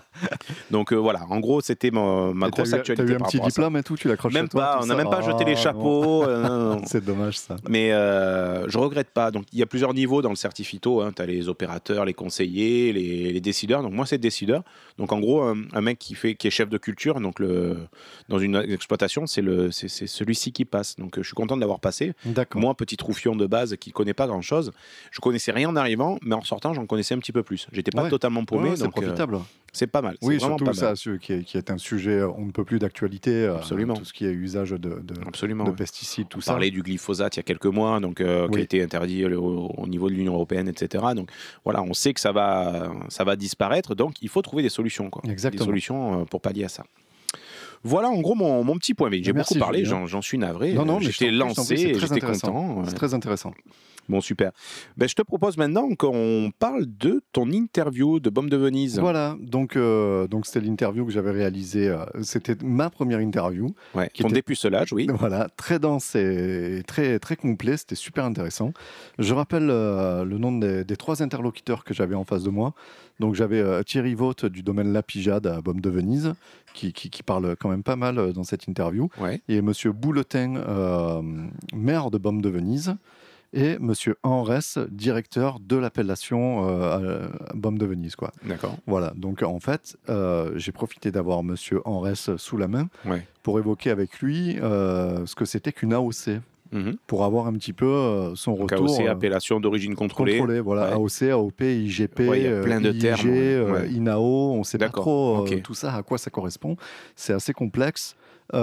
Speaker 1: Donc euh, voilà, en gros c'était ma, ma
Speaker 2: Et t'as
Speaker 1: grosse
Speaker 2: eu- T'as
Speaker 1: actualité
Speaker 2: eu un
Speaker 1: par
Speaker 2: petit
Speaker 1: rapport à ça.
Speaker 2: diplôme et tout, tu l'accroches
Speaker 1: Même
Speaker 2: chez toi,
Speaker 1: pas,
Speaker 2: tout
Speaker 1: on n'a
Speaker 2: ça
Speaker 1: même pas jeté
Speaker 2: Ah,
Speaker 1: les
Speaker 2: non.
Speaker 1: chapeaux. euh, non, non, non.
Speaker 2: C'est dommage ça.
Speaker 1: Mais euh, je regrette pas. Donc il y a plusieurs niveaux dans le certifito. Hein. Tu as les opérateurs, les conseillers, les, les décideurs. Donc moi c'est décideur. Donc en gros un, un mec qui fait qui est chef de culture, donc le dans une exploitation, c'est le c'est, c'est celui-ci qui passe. Donc euh, je suis content de l'avoir passé.
Speaker 2: D'accord.
Speaker 1: Moi petit troufion de base qui connaît pas grand chose, je connaissais rien en arrivant, mais en sortant j'en connaissais un petit peu plus. J'étais pas
Speaker 2: Ouais.
Speaker 1: totalement
Speaker 2: Ouais,
Speaker 1: paumé,
Speaker 2: ouais, c'est
Speaker 1: donc euh,
Speaker 2: profitable.
Speaker 1: c'est pas mal. C'est
Speaker 2: Oui,
Speaker 1: vraiment
Speaker 2: surtout
Speaker 1: pas mal.
Speaker 2: ça, ce qui est, qui est un sujet, euh, on ne peut plus d'actualité. euh,
Speaker 1: Absolument.
Speaker 2: Tout ce qui est usage de, de,
Speaker 1: Absolument.
Speaker 2: de
Speaker 1: ouais.
Speaker 2: pesticides, tout
Speaker 1: On
Speaker 2: ça.
Speaker 1: parlait du glyphosate il y a quelques mois, donc euh, qui
Speaker 2: Oui.
Speaker 1: a été interdit au, au niveau de l'Union européenne, et cetera. Donc voilà, on sait que ça va, ça va disparaître, donc il faut trouver des solutions, quoi.
Speaker 2: Exactement.
Speaker 1: Des solutions euh, pour pallier à ça. Voilà en gros mon, mon petit point. J'ai
Speaker 2: Merci,
Speaker 1: beaucoup parlé,
Speaker 2: Julien.
Speaker 1: j'en, j'en suis navré.
Speaker 2: Non, non,
Speaker 1: Euh,
Speaker 2: mais
Speaker 1: j'étais
Speaker 2: je t'en prie, je t'en
Speaker 1: lancé,
Speaker 2: prie, c'est
Speaker 1: et
Speaker 2: très
Speaker 1: j'étais
Speaker 2: intéressant.
Speaker 1: content. ouais.
Speaker 2: C'est très intéressant.
Speaker 1: Bon, super. Ben, je te propose maintenant qu'on parle de ton interview de Baume de Venise.
Speaker 2: Voilà, donc euh, donc c'était l'interview que j'avais réalisée. euh, c'était ma première interview.
Speaker 1: Ouais,
Speaker 2: Qui
Speaker 1: ton
Speaker 2: était-
Speaker 1: dépucelage, oui.
Speaker 2: Voilà, très dense et très, très complet, c'était super intéressant. Je rappelle euh, le nom des, des trois interlocuteurs que j'avais en face de moi. Donc j'avais euh, Thierry Vaught du domaine La Pijade à Baume de Venise, qui, qui, qui parle quand même pas mal euh, dans cette interview.
Speaker 1: Ouais.
Speaker 2: Et Monsieur Bouletin, euh, maire de Baume de Venise. Et Monsieur Henrès, directeur de l'appellation euh, à Baume de Venise, quoi.
Speaker 1: D'accord.
Speaker 2: Voilà, donc en fait, euh, j'ai profité d'avoir Monsieur Henrès sous la main
Speaker 1: Ouais.
Speaker 2: pour évoquer avec lui euh, ce que c'était qu'une A O C,
Speaker 1: Mhm.
Speaker 2: pour avoir un petit peu euh, son
Speaker 1: Donc,
Speaker 2: retour.
Speaker 1: A O C,
Speaker 2: euh,
Speaker 1: appellation d'origine contrôlée.
Speaker 2: contrôlé, voilà,
Speaker 1: Ouais.
Speaker 2: A O C, A O P, I G P,
Speaker 1: Ouais, il y a plein de
Speaker 2: euh, I I G,
Speaker 1: termes, ouais.
Speaker 2: euh,
Speaker 1: Ouais.
Speaker 2: I N A O, on ne sait pas
Speaker 1: D'accord,
Speaker 2: trop euh,
Speaker 1: ok.
Speaker 2: tout ça, à quoi ça correspond. C'est assez complexe.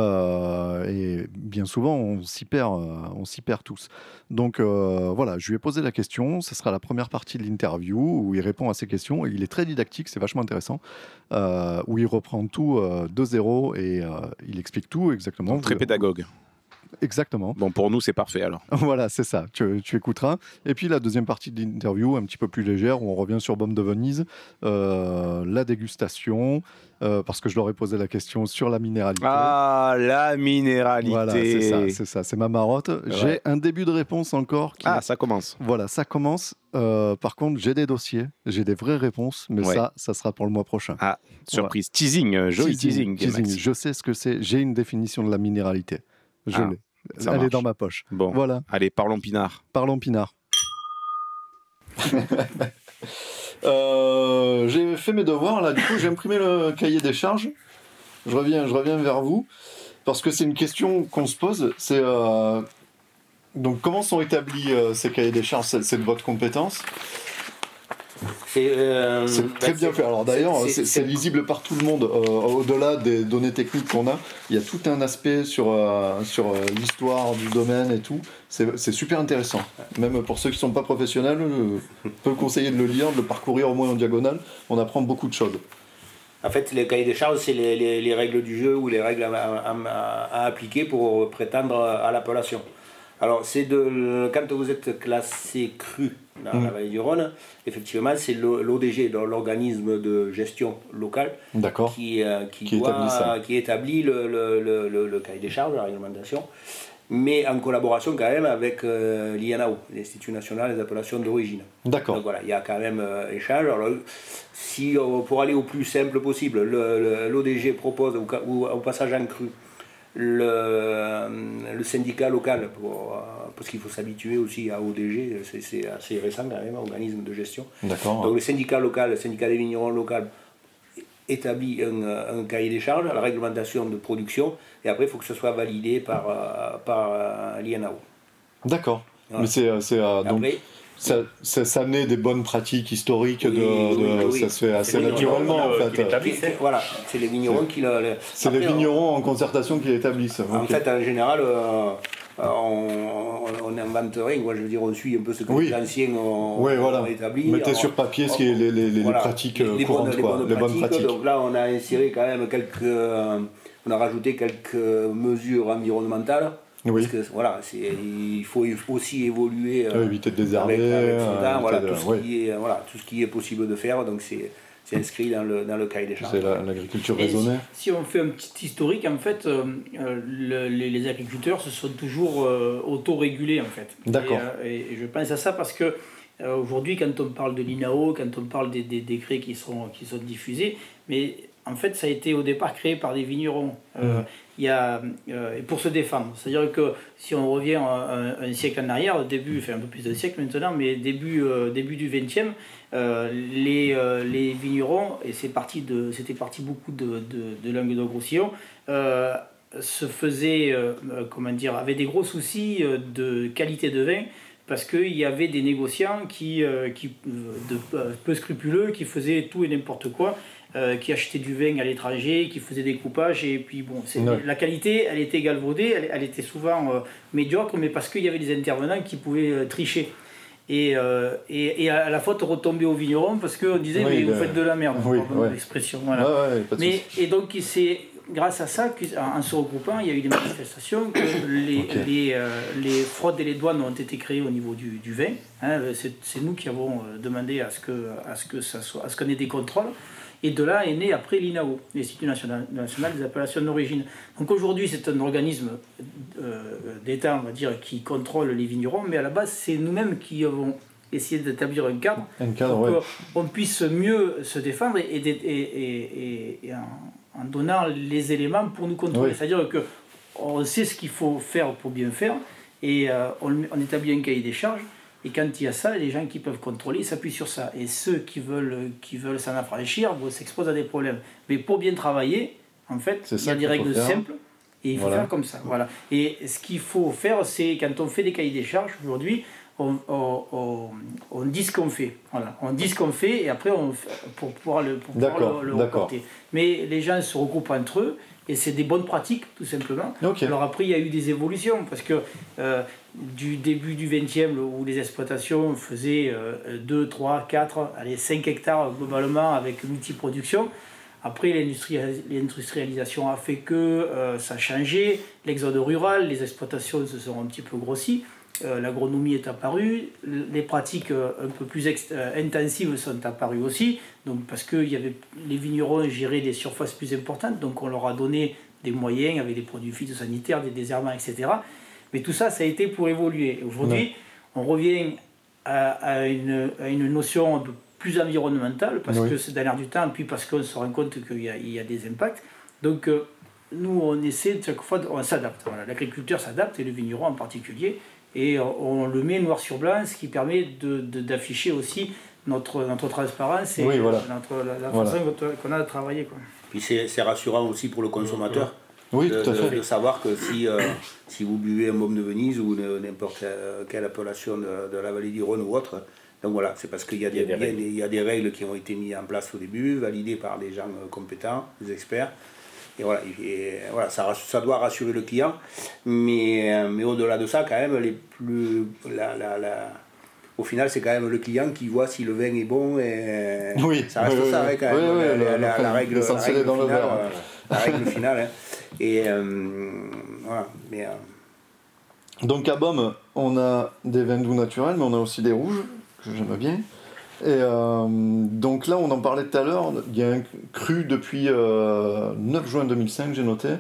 Speaker 2: euh, et bien souvent, on s'y perd, euh, on s'y perd tous. Donc euh, voilà, je lui ai posé la question. Ce sera la première partie de l'interview où il répond à ces questions. Et il est très didactique, c'est vachement intéressant. euh, où il reprend tout euh, de zéro et euh, il explique tout exactement.
Speaker 1: Donc, très
Speaker 2: Vous-
Speaker 1: pédagogue.
Speaker 2: Exactement.
Speaker 1: Bon, pour nous, c'est parfait alors.
Speaker 2: Voilà, c'est ça, tu, tu écouteras. Et puis la deuxième partie de l'interview, un petit peu plus légère, où on revient sur Baume de Venise, euh, la dégustation, euh, parce que je leur ai posé la question sur la minéralité.
Speaker 1: Ah, la minéralité.
Speaker 2: Voilà, c'est ça, c'est ça, c'est ma marotte. J'ai
Speaker 1: Ouais.
Speaker 2: un début de réponse encore. Qui
Speaker 1: Ah, ça commence.
Speaker 2: Voilà, ça commence. Euh, par contre, j'ai des dossiers, j'ai des vraies réponses, mais
Speaker 1: Ouais.
Speaker 2: ça, ça sera pour le mois prochain.
Speaker 1: Ah, surprise. Teasing, euh, joli teasing.
Speaker 2: teasing.
Speaker 1: Max.
Speaker 2: Je sais ce que c'est. J'ai une définition de la minéralité. Je
Speaker 1: Ah,
Speaker 2: l'ai.
Speaker 1: ça
Speaker 2: Elle est
Speaker 1: marche.
Speaker 2: dans ma poche.
Speaker 1: Bon,
Speaker 2: Voilà.
Speaker 1: allez, parlons pinard.
Speaker 2: Parlons Pinard. Euh, j'ai fait mes devoirs là, du coup j'ai imprimé le cahier des charges je reviens, je reviens vers vous, parce que c'est une question qu'on se pose. C'est euh, donc comment sont établis euh, ces cahiers des charges? C'est, c'est de votre compétence?
Speaker 7: C'est, euh,
Speaker 2: c'est très
Speaker 7: bah,
Speaker 2: bien
Speaker 7: c'est,
Speaker 2: fait. Alors d'ailleurs,
Speaker 7: c'est,
Speaker 2: c'est,
Speaker 7: c'est,
Speaker 2: c'est lisible par tout le monde. Euh, au-delà des données techniques qu'on a, il y a tout un aspect sur, euh, sur euh, l'histoire du domaine et tout. C'est, c'est super intéressant. Même pour ceux qui ne sont pas professionnels, je peux conseiller de le lire, de le parcourir au moins en diagonale. On apprend beaucoup de choses.
Speaker 7: En fait, les cahiers des charges, c'est les, les, les règles du jeu ou les règles à, à, à, à appliquer pour prétendre à l'appellation. Alors, c'est de, quand vous êtes classé cru dans mmh. la vallée du Rhône, effectivement, c'est l'O D G, l'organisme de gestion locale, qui, euh, qui, qui, doit, établit ça. qui établit le, le, le, le, le cahier des charges, la réglementation, mais en collaboration quand même avec euh, l'I N A O, l'Institut national des appellations d'origine.
Speaker 2: D'accord.
Speaker 7: Donc voilà, il y a quand même euh, échange. Alors, si, euh, pour aller au plus simple possible, l'O D G propose, au, au, au passage en cru, Le, le syndicat local, pour, parce qu'il faut s'habituer aussi à O D G, c'est, c'est assez récent quand même, organisme de gestion.
Speaker 2: D'accord.
Speaker 7: Donc le syndicat local, le syndicat des vignerons local établit un, un cahier des charges, la réglementation de production, et après il faut que ce soit validé par, par l'I N A O.
Speaker 2: D'accord. Voilà. Mais c'est, c'est euh, donc... Après, Ça, ça, ça naît des bonnes pratiques historiques, oui, de, de, oui, oui. ça se fait assez naturellement en fait.
Speaker 7: Voilà, c'est les vignerons
Speaker 2: c'est,
Speaker 7: qui le, le...
Speaker 2: C'est Après, les vignerons on... en concertation qui l'établissent.
Speaker 7: En okay. fait, en général, euh, on n'invente rien. Moi, je veux dire, on suit un peu ce que oui. les anciens ont,
Speaker 2: oui, voilà.
Speaker 7: ont établi.
Speaker 2: Mettez alors, sur papier ce qui est les, les, les, voilà. les pratiques les, les courantes, bonnes, quoi. Les, bonnes, les bonnes pratiques.
Speaker 7: Donc là, on a inséré quand même quelques, euh, on a rajouté quelques mesures environnementales.
Speaker 2: Oui.
Speaker 7: Parce que voilà, c'est, il faut aussi évoluer
Speaker 2: euh, éviter de désherber,
Speaker 7: avec, avec son temps,
Speaker 2: euh,
Speaker 7: voilà,
Speaker 2: de,
Speaker 7: tout, ce
Speaker 2: oui.
Speaker 7: qui est, voilà, tout ce qui est possible de faire, donc c'est, c'est inscrit dans le, dans le cahier des charges.
Speaker 2: C'est la, l'agriculture raisonnée.
Speaker 8: Si, si on fait un petit historique, en fait, euh, le, les, les agriculteurs se sont toujours euh, autorégulés, en fait.
Speaker 2: D'accord.
Speaker 8: Et, euh, et je pense à ça parce que euh, aujourd'hui, quand on parle de l'I N A O, quand on parle des, des décrets qui sont, qui sont diffusés, mais en fait, ça a été au départ créé par des vignerons. Euh, mmh. Il y a, euh, pour se défendre. C'est-à-dire que si on revient un, un siècle en arrière, début, enfin un peu plus d'un siècle maintenant, mais début, euh, début du vingtième, euh, les, euh, les vignerons, et c'est parti de, c'était parti beaucoup de, de, de Languedoc-Roussillon, euh, se faisaient, euh, comment dire, avaient des gros soucis de qualité de vin, parce qu'il y avait des négociants qui, euh, qui de, euh, peu scrupuleux, qui faisaient tout et n'importe quoi, Euh, qui achetaient du vin à l'étranger, qui faisaient des coupages, et puis bon, c'est, ouais. la qualité, elle était galvaudée, elle, elle était souvent euh, médiocre, mais parce qu'il y avait des intervenants qui pouvaient euh, tricher. Et, euh, et, et à la faute retombait aux vignerons, parce qu'on disait, oui, mais le... vous faites de la merde,
Speaker 2: oui,
Speaker 8: pardon
Speaker 2: ouais.
Speaker 8: l'expression. Voilà.
Speaker 2: Ouais, ouais,
Speaker 8: mais, et donc, c'est grâce à ça qu'en se regroupant, il y a eu des manifestations, que les, okay. les, euh, les fraudes et les douanes ont été créées au niveau du, du vin. Hein, c'est, c'est nous qui avons demandé à ce, que, à, ce que ça soit, à ce qu'on ait des contrôles. Et de là est né après l'I N A O, l'Institut national, national des appellations d'origine. Donc aujourd'hui, c'est un organisme euh, d'État, on va dire, qui contrôle les vignerons, mais à la base, c'est nous-mêmes qui avons essayé d'établir un cadre,
Speaker 2: un cadre
Speaker 8: pour
Speaker 2: ouais.
Speaker 8: qu'on puisse mieux se défendre et, et, et, et, et en, en donnant les éléments pour nous contrôler. Oui. C'est-à-dire qu'on sait ce qu'il faut faire pour bien faire, et euh, on, on établit un cahier des charges. Et quand il y a ça, les gens qui peuvent contrôler s'appuient sur ça. Et ceux qui veulent, qui veulent s'en affranchir s'exposent à des problèmes. Mais pour bien travailler, en fait, c'est il y a des règles simples et il faut voilà. faire comme ça. Voilà. Et ce qu'il faut faire, c'est quand on fait des cahiers des charges, aujourd'hui, on, on, on, on dit ce qu'on fait. Voilà. On dit ce qu'on fait et après, on, pour pouvoir le, pour pouvoir le, le reporter. Mais les gens se regroupent entre eux. Et c'est des bonnes pratiques, tout simplement. Okay. Alors après, il y a eu des évolutions, parce que euh, du début du vingtième, où les exploitations faisaient euh, deux, trois, quatre, allez, cinq hectares globalement avec multiproduction. Après, l'industrialisation a fait que euh, ça a changé, l'exode rural, les exploitations se sont un petit peu grossies, euh, l'agronomie est apparue, les pratiques euh, un peu plus ex- euh, intensives sont apparues aussi, donc parce que y avait, les vignerons géraient des surfaces plus importantes, donc on leur a donné des moyens avec des produits phytosanitaires, des désherbants, et cetera. Mais tout ça, ça a été pour évoluer. Aujourd'hui, ouais. on revient à, à, une, à une notion un peu plus environnementale, parce oui. que c'est dans l'air du temps, puis parce qu'on se rend compte qu'il y a, il y a des impacts. Donc, euh, nous, on essaie, chaque fois, on s'adapte. Voilà. L'agriculteur s'adapte, et le vigneron en particulier, et on, on le met noir sur blanc, ce qui permet de, de, d'afficher aussi notre, notre transparence et
Speaker 2: oui, voilà.
Speaker 8: notre, la, la
Speaker 2: voilà.
Speaker 8: façon qu'on a de travailler, quoi.
Speaker 7: Puis c'est, c'est rassurant aussi pour le consommateur.
Speaker 2: Oui,
Speaker 7: de,
Speaker 2: tout à
Speaker 7: de,
Speaker 2: fait.
Speaker 7: de savoir que si, euh, si vous buvez un baume de Venise ou de, n'importe quelle appellation de, de la vallée du Rhône ou autre, donc voilà, c'est parce qu'il y a, des, il y a, des, il y a des règles qui ont été mises en place au début, validées par des gens compétents, des experts. Et voilà, et voilà ça, ça doit rassurer le client. Mais, mais au-delà de ça, quand même, les plus, la, la, la, au final, c'est quand même le client qui voit si le vin est bon. Et
Speaker 2: oui,
Speaker 7: ça reste
Speaker 2: oui,
Speaker 7: ça,
Speaker 2: oui,
Speaker 7: quand même.
Speaker 2: Oui,
Speaker 7: la,
Speaker 2: oui,
Speaker 7: la, la, la règle, la règle
Speaker 2: dans
Speaker 7: finale.
Speaker 2: Le
Speaker 7: Euh, la règle finale. Hein. Et euh, voilà. Mais, euh...
Speaker 2: Donc à Beaume, on a des vins doux naturels, mais on a aussi des rouges, que j'aime bien. Et euh, donc là, on en parlait tout à l'heure, il y a un cru depuis euh, neuf juin deux mille cinq, j'ai noté.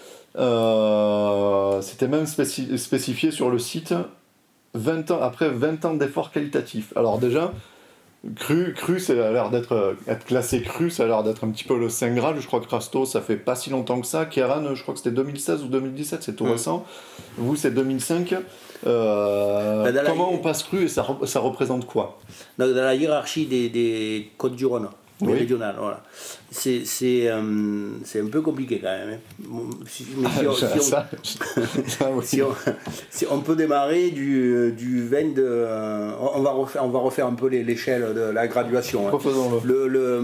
Speaker 2: Euh, c'était même spécif- spécifié sur le site, vingt ans, après vingt ans d'efforts qualitatifs. Alors déjà, cru, cru ça a l'air d'être être classé cru, ça a l'air d'être un petit peu le Saint Graal. Je crois que Rasto, ça fait pas si longtemps que ça. Kéran, je crois que c'était deux mille seize ou deux mille dix-sept, c'est tout mmh. récent. Vous, c'est deux mille cinq. Euh, bah comment la... on passe cru et ça, re- ça représente quoi?
Speaker 7: Dans la hiérarchie des, des Côtes-du-Rhône,
Speaker 2: oui.
Speaker 7: méridionales, voilà. C'est, c'est, euh, c'est un peu compliqué quand même. Hein. Si, mais si, on, si, on, ça, ça, oui. si, on, si on peut démarrer du, du vin de. Euh, on, va refaire, on va refaire un peu les, l'échelle de la graduation. Hein. Le, le,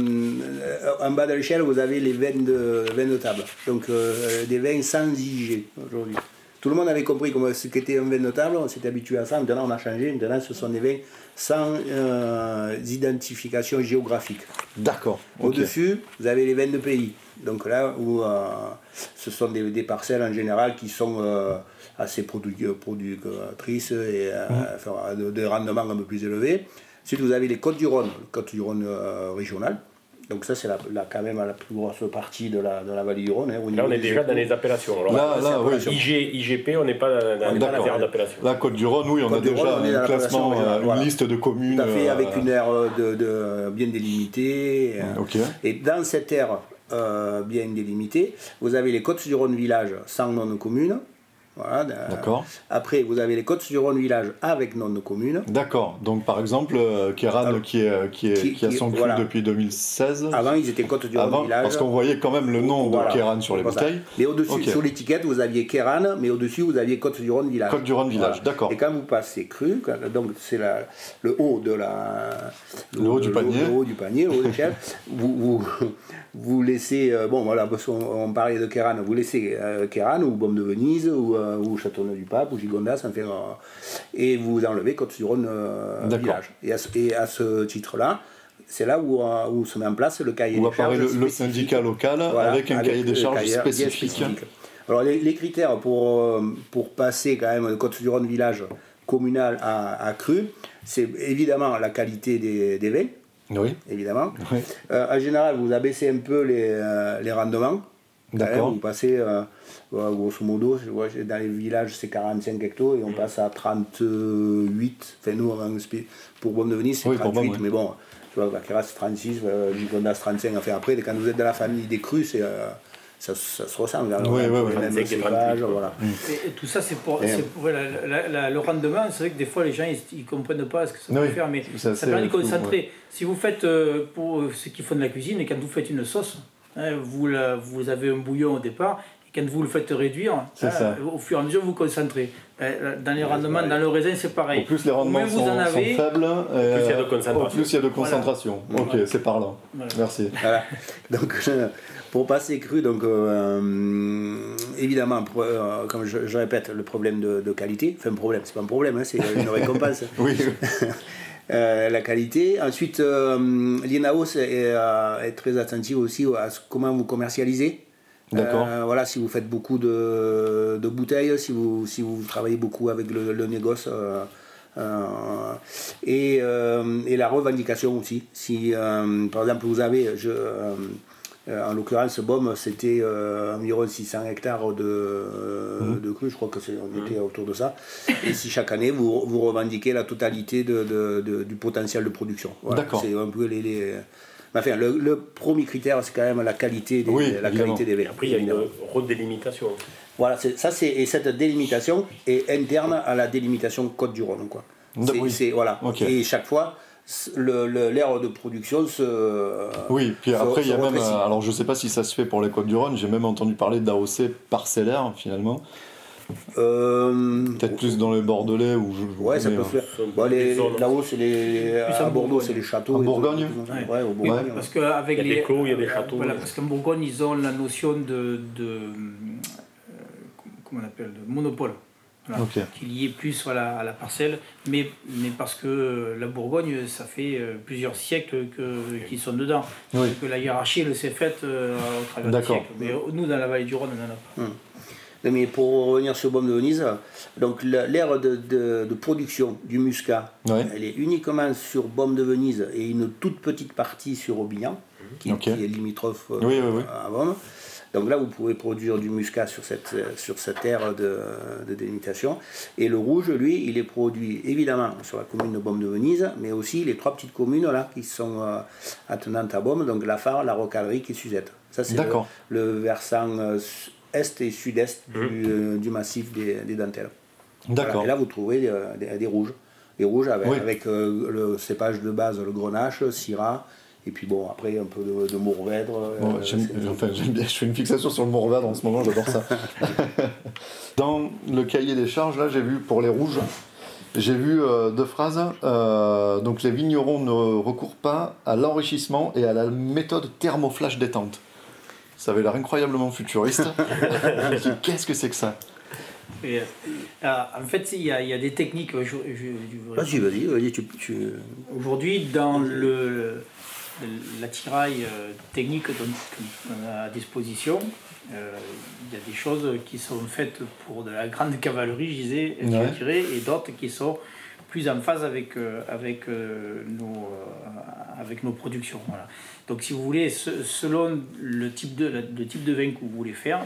Speaker 7: en bas de l'échelle, vous avez les vins de, vins de table. Donc euh, des vins sans I G aujourd'hui. Tout le monde avait compris comment, ce qu'était un vin de table, on s'était habitué à ça, maintenant on a changé, maintenant ce sont des vins sans euh, identification géographique.
Speaker 2: D'accord.
Speaker 7: Au-dessus, okay. vous avez les vins de pays. Donc là où euh, ce sont des, des parcelles en général qui sont euh, assez produ- productrices et euh, mmh. enfin, de, de rendements un peu plus élevés. Ensuite, vous avez les Côtes-du-Rhône, les Côtes-du-Rhône euh, régionales. Donc ça, c'est la, la, quand même la plus grosse partie de la, de la vallée du Rhône. Hein,
Speaker 9: là, on est déjà dans les appellations. Alors,
Speaker 2: là, là, oui.
Speaker 9: I G, I G P, on n'est pas dans, dans les terres d'appellation.
Speaker 2: La Côte-du-Rhône, oui, on Côte a déjà Rhône, on un classement, euh, une voilà. liste de communes.
Speaker 7: Tout à fait, euh... avec une aire de, de, bien délimitée.
Speaker 2: Okay.
Speaker 7: Et dans cette aire euh, bien délimitée, vous avez les Côtes-du-Rhône village sans nom de commune. Voilà,
Speaker 2: d'accord.
Speaker 7: Après, vous avez les Côtes-du-Rhône village avec nom de commune.
Speaker 2: D'accord. Donc, par exemple, euh, Kéran, euh, qui, est, qui, est, qui, qui a son cru voilà. depuis deux mille seize.
Speaker 7: Avant, ils étaient Côtes-du-Rhône village.
Speaker 2: Parce qu'on voyait quand même le nom voilà. de Kéran sur les bouteilles.
Speaker 7: Mais au-dessus, okay. sur l'étiquette, vous aviez Kéran, mais au-dessus, vous aviez Côtes-du-Rhône village.
Speaker 2: Côtes-du-Rhône village, voilà. D'accord.
Speaker 7: Et quand vous passez cru, quand, donc c'est la, le haut de la.
Speaker 2: Le, le haut du
Speaker 7: le,
Speaker 2: panier.
Speaker 7: Le haut du panier, le haut de l'échelle. vous, vous, vous laissez. Euh, bon, voilà, parce qu'on on parlait de Kéran. Vous laissez euh, Kéran ou Baume de Venise ou, euh, ou Châteauneuf du Pape ou Gigondas, enfin, euh, et vous enlevez Côtes-du-Rhône euh, village. Et à, et à ce titre-là, c'est là où, euh, où se met en place le cahier
Speaker 2: où
Speaker 7: des charges.
Speaker 2: Où apparaît le, le syndicat local voilà, avec un avec cahier des charges cahier spécifique. spécifique.
Speaker 7: Alors les, les critères pour, pour passer quand même de Côtes-du-Rhône village communal à, à cru, c'est évidemment la qualité des, des vins.
Speaker 2: Oui.
Speaker 7: Évidemment.
Speaker 2: Oui.
Speaker 7: Euh, en général, vous abaissez un peu les, euh, les rendements.
Speaker 2: D'accord.
Speaker 7: Vous passez, euh, grosso modo, dans les villages, c'est quarante-cinq hectos et on passe à trente-huit. Enfin, nous, pour Baume de Venise, c'est oui, trente-huit, bon, mais bon, tu vois, Vaqueras, c'est trente-six, euh, Gigondas, trente-cinq. Enfin, après, quand vous êtes dans la famille des crus, c'est, euh, ça, ça se ressemble.
Speaker 2: Alors, oui, oui, oui.
Speaker 7: Même cépage, voilà.
Speaker 8: Et, et tout ça, c'est pour, c'est pour la, la, la, le rendement. C'est vrai que des fois, les gens, ils ne comprennent pas ce que ça peut oui, faire, mais ça, ça permet de concentrer. Ouais. Si vous faites, euh, pour ceux qui font de la cuisine, et quand vous faites une sauce, Hein, vous, la, vous avez un bouillon au départ, et quand vous le faites réduire, hein, au fur et à mesure vous vous concentrez. Dans les rendements, dans le raisin, c'est pareil.
Speaker 2: Au plus les rendements sont, en avez, sont faibles, euh,
Speaker 9: plus il y a de concentration.
Speaker 2: Au plus il y a de concentration. Voilà. Ok, voilà. C'est parlant. Voilà. Merci.
Speaker 7: Voilà. Donc, pour passer cru, donc, euh, évidemment, pour, euh, comme je, je répète, le problème de, de qualité, enfin, un problème, c'est pas un problème, hein, c'est une récompense.
Speaker 2: Oui.
Speaker 7: Euh, la qualité. Ensuite, euh, l'I N A O est, euh, est très attentive aussi à ce, comment vous commercialisez.
Speaker 2: D'accord.
Speaker 7: Euh, voilà, si vous faites beaucoup de, de bouteilles, si vous, si vous travaillez beaucoup avec le, le négoce. Euh, euh, et, euh, et la revendication aussi. Si, euh, par exemple, vous avez... Je, euh, Euh, en l'occurrence, Beaume, c'était euh, environ six cents hectares de, euh, mmh. de crues, je crois qu'on était mmh. autour de ça. Et si chaque année, vous, vous revendiquez la totalité de, de, de, du potentiel de production. Voilà.
Speaker 2: D'accord.
Speaker 7: C'est un peu les... les... Enfin, le, le premier critère, c'est quand même la qualité des,
Speaker 2: oui,
Speaker 7: la qualité des vins.
Speaker 9: Après, il y a une redélimitation.
Speaker 7: Voilà, c'est, ça, c'est, et cette délimitation est interne à la délimitation Côte-du-Rhône. Quoi. C'est,
Speaker 2: oui.
Speaker 7: c'est, voilà.
Speaker 2: Okay.
Speaker 7: Et chaque fois... le, le, l'aire de production se.
Speaker 2: Oui, puis se, après, il y a même. Alors, je ne sais pas si ça se fait pour les Côtes du Rhône, j'ai même entendu parler d'A O C parcellaire, finalement.
Speaker 7: Euh,
Speaker 2: Peut-être plus dans les Bordelais où je.
Speaker 7: Ouais, ça peut se faire. Bon, les, là-haut, c'est les. À Bordeaux, c'est les châteaux.
Speaker 2: En Bourgogne.
Speaker 7: Ouais, ouais, au Bourgogne.
Speaker 8: Oui, parce qu'avec les.
Speaker 9: Il y a des clos, il y a des châteaux.
Speaker 8: Voilà, parce qu'en Bourgogne, ils ont la notion de. de euh, comment on appelle, de monopole. Voilà, okay. Qui est lié plus voilà, à la parcelle, mais, mais parce que la Bourgogne, ça fait euh, plusieurs siècles que, qu'ils sont dedans. Oui. Que la hiérarchie, elle s'est faite euh, au travers des siècles. Mais nous, dans la vallée du Rhône, on n'en a pas.
Speaker 7: Hum. Mais pour revenir sur Baume de Venise, donc l'aire de, de, de production du muscat, ouais. elle est uniquement sur Baume de Venise et une toute petite partie sur Aubignan, qui, okay. qui est limitrophe euh, oui, oui, oui. à Baume. Donc là, vous pouvez produire du muscat sur cette, sur cette aire de, de délimitation. Et le rouge, lui, il est produit évidemment sur la commune de Baume de Venise, mais aussi les trois petites communes là, qui sont euh, attenantes à Baume, donc la Fare, la Rocalerie et Suzette. Ça, c'est le, le versant euh, est et sud-est mmh. du, euh, du massif des, des dentelles. D'accord. Voilà. Et là, vous trouvez des, des, des rouges. Les rouges avec, oui. avec euh, le cépage de base, le grenache, syrah. Et puis bon, après un peu de, de mourvèdre.
Speaker 2: Bon, euh, j'aime, enfin, j'aime bien, je fais une fixation sur le mourvèdre en ce moment, j'adore ça. Dans le cahier des charges, là, j'ai vu pour les rouges, j'ai vu euh, deux phrases. Euh, donc, les vignerons ne recourent pas à l'enrichissement et à la méthode thermoflash détente. Ça avait l'air incroyablement futuriste. Je me dis, qu'est-ce que c'est que ça ?
Speaker 8: Et, euh, en fait, il y, y a des techniques. Je, je, je,
Speaker 7: vas-y, vas-y, vas-y. Tu, tu...
Speaker 8: Aujourd'hui, dans le. l'attirail euh, technique qu'on a à disposition, euh, il y a des choses qui sont faites pour de la grande cavalerie, je disais, ouais. je dirais, et d'autres qui sont plus en phase avec, euh, avec, euh, nos, euh, avec nos productions. Voilà. Donc si vous voulez, ce, selon le type, de, le type de vin que vous voulez faire,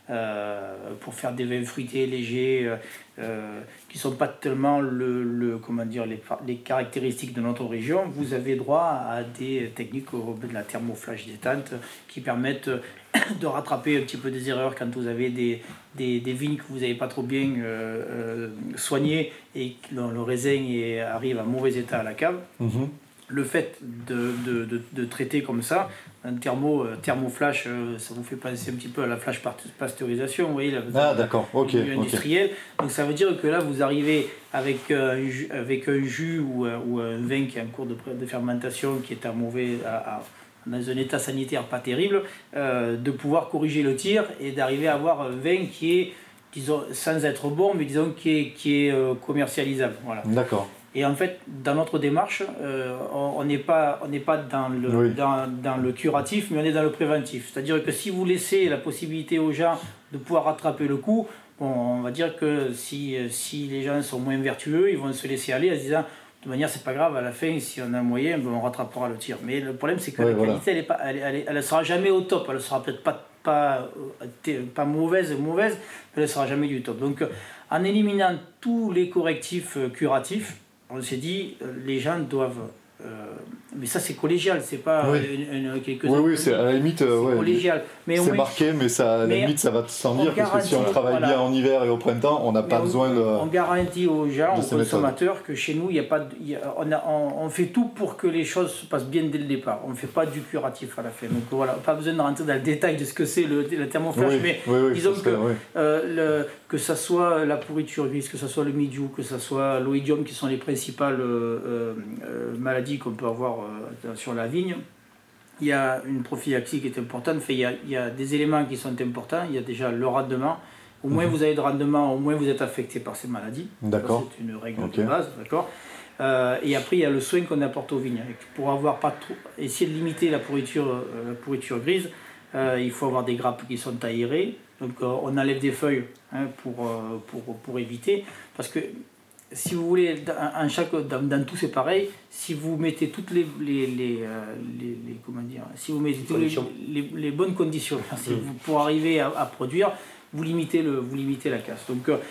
Speaker 8: Euh, pour faire des vins fruités légers euh, euh, qui ne sont pas tellement le, le, comment dire, les, les caractéristiques de notre région, vous avez droit à des techniques de la thermoflash détente qui permettent de rattraper un petit peu des erreurs quand vous avez des, des, des vignes que vous n'avez pas trop bien euh, euh, soignées et que le, le raisin est, arrive en mauvais état à la cave. Mm-hmm. Le fait de, de, de, de traiter comme ça, un thermo, euh, thermoflash, euh, ça vous fait penser un petit peu à la flash pasteurisation, vous voyez, là, vous
Speaker 2: ah d'accord, ok.
Speaker 8: Industriel. Okay. Donc ça veut dire que là, vous arrivez avec, euh, un, jus, avec un jus ou, euh, ou un vin qui est en cours de, de fermentation, qui est à mauvais, à, à, dans un état sanitaire pas terrible, euh, de pouvoir corriger le tir et d'arriver à avoir un vin qui est, disons, sans être bon, mais disons qui est, qui est euh, commercialisable. Voilà.
Speaker 2: D'accord.
Speaker 8: Et en fait, dans notre démarche, euh, on n'est pas, on n'est pas dans, le, oui. dans, dans le curatif, mais on est dans le préventif. C'est-à-dire que si vous laissez la possibilité aux gens de pouvoir rattraper le coup, bon, on va dire que si, si les gens sont moins vertueux, ils vont se laisser aller en se disant, de toute manière, c'est pas grave, à la fin, si on a un moyen, ben, on rattrapera le tir. Mais le problème, c'est que oui, la voilà. qualité, elle ne elle, elle, elle sera jamais au top. Elle ne sera peut-être pas, pas, pas mauvaise, mauvaise, mais elle ne sera jamais du top. Donc, en éliminant tous les correctifs curatifs, on s'est dit, les gens doivent... Euh, mais ça, c'est collégial, c'est pas
Speaker 2: oui.
Speaker 8: une, une, quelque
Speaker 2: Oui, oui, c'est à la limite...
Speaker 8: C'est
Speaker 2: ouais,
Speaker 8: collégial. Mais
Speaker 2: c'est
Speaker 8: on
Speaker 2: marqué, mais ça, à la limite, ça va sans dire, parce que si on travaille voilà. bien en hiver et au printemps, on n'a pas
Speaker 8: on,
Speaker 2: besoin de...
Speaker 8: On garantit aux gens, aux consommateurs,
Speaker 2: méthodes.
Speaker 8: Que chez nous, il y a pas de, il y a, on, a, on, on fait tout pour que les choses se passent bien dès le départ. On ne fait pas du curatif à la fin. Donc voilà, pas besoin de rentrer dans le détail de ce que c'est le, le thermoflash,
Speaker 2: oui,
Speaker 8: mais
Speaker 2: oui, oui,
Speaker 8: disons que,
Speaker 2: oui.
Speaker 8: euh, le, que ça soit la pourriture grise, que ça soit le mildiou, que ça soit l'oïdium, qui sont les principales euh, euh, maladies qu'on peut avoir euh, sur la vigne, il y a une prophylaxie qui est importante. Fait, il, y a, il y a des éléments qui sont importants. Il y a déjà le rendement. Au moins mmh. vous avez de rendement, au moins vous êtes affecté par ces maladies.
Speaker 2: D'accord.
Speaker 8: Ça, c'est une règle
Speaker 2: okay.
Speaker 8: de base. D'accord. Euh, et après, il y a le soin qu'on apporte aux vignes. Pour avoir pas trop, essayer de limiter la pourriture, euh, la pourriture grise, euh, il faut avoir des grappes qui sont aérées. Donc euh, on enlève des feuilles hein, pour, euh, pour, pour éviter. Parce que si vous voulez, en chaque, dans, dans tout c'est pareil, si vous mettez toutes les, les, les, euh, les, les comment dire, si vous mettez toutes les, les, les bonnes conditions mmh. pour arriver à, à produire, vous limitez, le, vous limitez la casse. Donc, euh,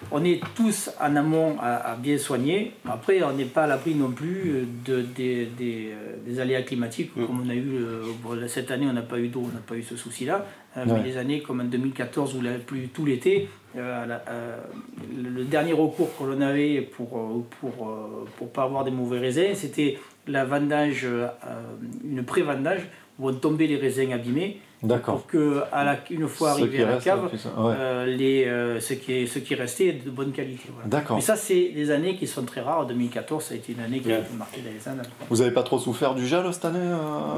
Speaker 8: on est tous en amont à, à bien soigner. Après, on n'est pas à l'abri non plus de, des, des, des aléas climatiques, mmh. comme on a eu euh, cette année, on n'a pas eu d'eau, on n'a pas eu ce souci-là. Euh, ouais. Mais les années comme en deux mille quatorze où il a plu tout l'été, euh, la, euh, le dernier recours que l'on avait pour pour pour, pour pas avoir des mauvais raisins, c'était la vendange, euh, une pré-vendange où on tombait les raisins abîmés.
Speaker 2: D'accord.
Speaker 8: Pour que, à la, une fois arrivé à la cave, ouais. euh, les, euh, ce, qui est, ce qui restait est de bonne qualité. Voilà.
Speaker 2: D'accord.
Speaker 8: Mais ça, c'est des années qui sont très rares. deux mille quatorze, ça a été une année qui yeah. a été marquée dans les Indes.
Speaker 2: Vous n'avez pas trop souffert du gel cette année euh...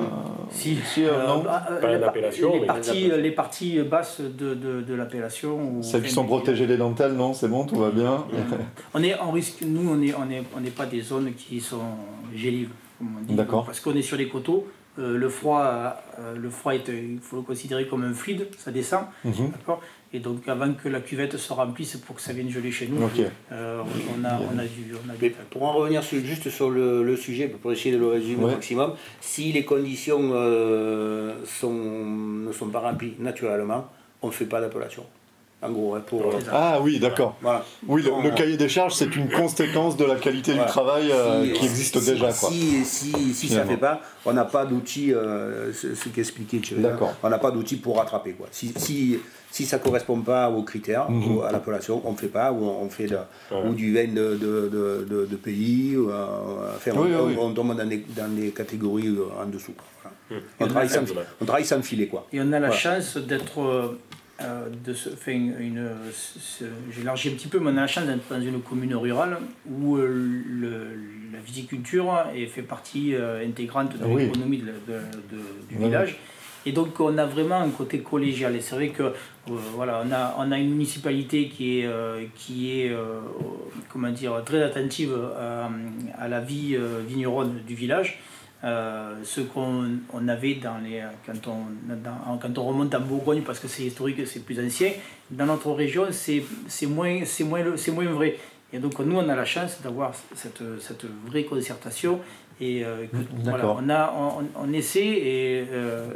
Speaker 8: Si.
Speaker 2: si euh, non
Speaker 8: euh,
Speaker 9: pas
Speaker 8: les,
Speaker 9: l'appellation,
Speaker 8: les,
Speaker 9: mais
Speaker 8: parties, les parties basses de, de, de l'appellation.
Speaker 2: Celles qui sont protégées les dentelles, non, c'est bon, tout va bien.
Speaker 8: on est en risque, nous, on n'est on est, on est pas des zones qui sont gélives, comme on dit.
Speaker 2: D'accord.
Speaker 8: Parce qu'on est sur les coteaux. Euh, le froid, euh, le froid est, il faut le considérer comme un fluide, ça descend, mm-hmm. d'accord. Et donc avant que la cuvette se remplisse pour que ça vienne geler chez nous,
Speaker 2: okay.
Speaker 8: euh, on, a, on a dû. On a dû...
Speaker 7: Mais pour en revenir sur, juste sur le, le sujet, pour essayer de le résumer ouais. au maximum, si les conditions euh, sont, ne sont pas remplies naturellement, on ne fait pas d'appellation. En gros, pour...
Speaker 2: Ah oui, d'accord. Voilà. Oui, le, le cahier des charges, c'est une conséquence de la qualité voilà. du travail euh, si, qui existe
Speaker 7: si,
Speaker 2: déjà.
Speaker 7: Quoi. Si, si, si ça ne fait pas, on n'a pas d'outil, euh, ce, ce qu'expliquait Thierry, on n'a pas d'outil pour rattraper. Quoi. Si, si, si ça ne correspond pas aux critères, mm-hmm. à l'appellation, on ne fait pas, ou on fait de, ouais. ou du vin de, de, de, de, de pays, ou, euh, enfin, oui, on, oui. on, on tombe dans des, dans des catégories en dessous. Voilà. Mm. On, travaille sans, on travaille sans filet. Quoi.
Speaker 8: Et on a la
Speaker 7: voilà.
Speaker 8: chance d'être... Euh, Euh, de se, enfin, une, ce, j'élargis un petit peu, mais on a la chance d'être dans une commune rurale où euh, le, la viticulture est, fait partie euh, intégrante de oui. l'économie de, de, de, du oui. village. Et donc on a vraiment un côté collégial. Et c'est vrai que euh, voilà, on a, on a une municipalité qui est, euh, qui est euh, comment dire, très attentive à, à la vie euh, vigneronne du village. Euh, ce qu'on on avait dans les, quand, on, dans, quand on remonte en Bourgogne, parce que c'est historique, c'est plus ancien, dans notre région, c'est, c'est, moins, c'est, moins, c'est moins vrai. Et donc nous, on a la chance d'avoir cette, cette vraie concertation. Et euh, que, voilà, on, a, on, on essaie, et euh,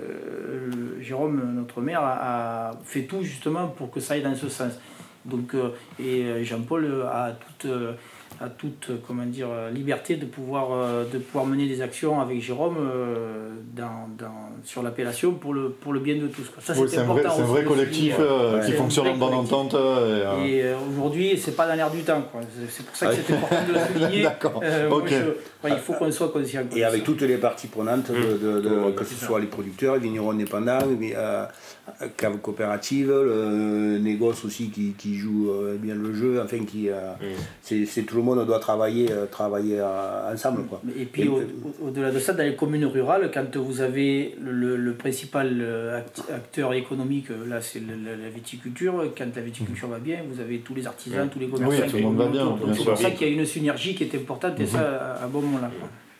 Speaker 8: Jérôme, notre maire, a, a fait tout justement pour que ça aille dans ce sens. Donc, euh, et Jean-Paul a toute... Euh, à toute comment dire, liberté de pouvoir, de pouvoir mener des actions avec Jérôme euh, dans, dans, sur l'appellation pour le, pour le bien de tous. Ça,
Speaker 2: oui, c'est, c'est, un vrai, c'est un vrai collectif euh, qui fonctionne en bonne entente. Et, euh...
Speaker 8: et euh, aujourd'hui, c'est pas dans l'air du temps. Quoi. C'est pour ça que c'est important de le souligner.
Speaker 2: D'accord.
Speaker 8: Euh,
Speaker 2: okay.
Speaker 8: moi, je, ouais, il faut qu'on soit conscient.
Speaker 7: Et avec ça. Toutes les parties prenantes, de, de, de, mmh. que ce soit les producteurs, les vignerons indépendants, les euh, caves coopératives, le négoce aussi qui, qui joue euh, bien le jeu, enfin, qui, euh, mmh. c'est, c'est tout le monde doit travailler, euh, travailler euh, ensemble. Quoi.
Speaker 8: Et puis et, au, au-delà de ça, dans les communes rurales, quand vous avez le, le principal acteur économique, là c'est le, la viticulture, quand la viticulture va bien, vous avez tous les artisans, mmh. tous les commerçants.
Speaker 2: Oui, tout le monde va bien.
Speaker 8: Donc c'est pour ça qu'il y a une synergie qui est importante, et mmh. ça à un bon moment-là.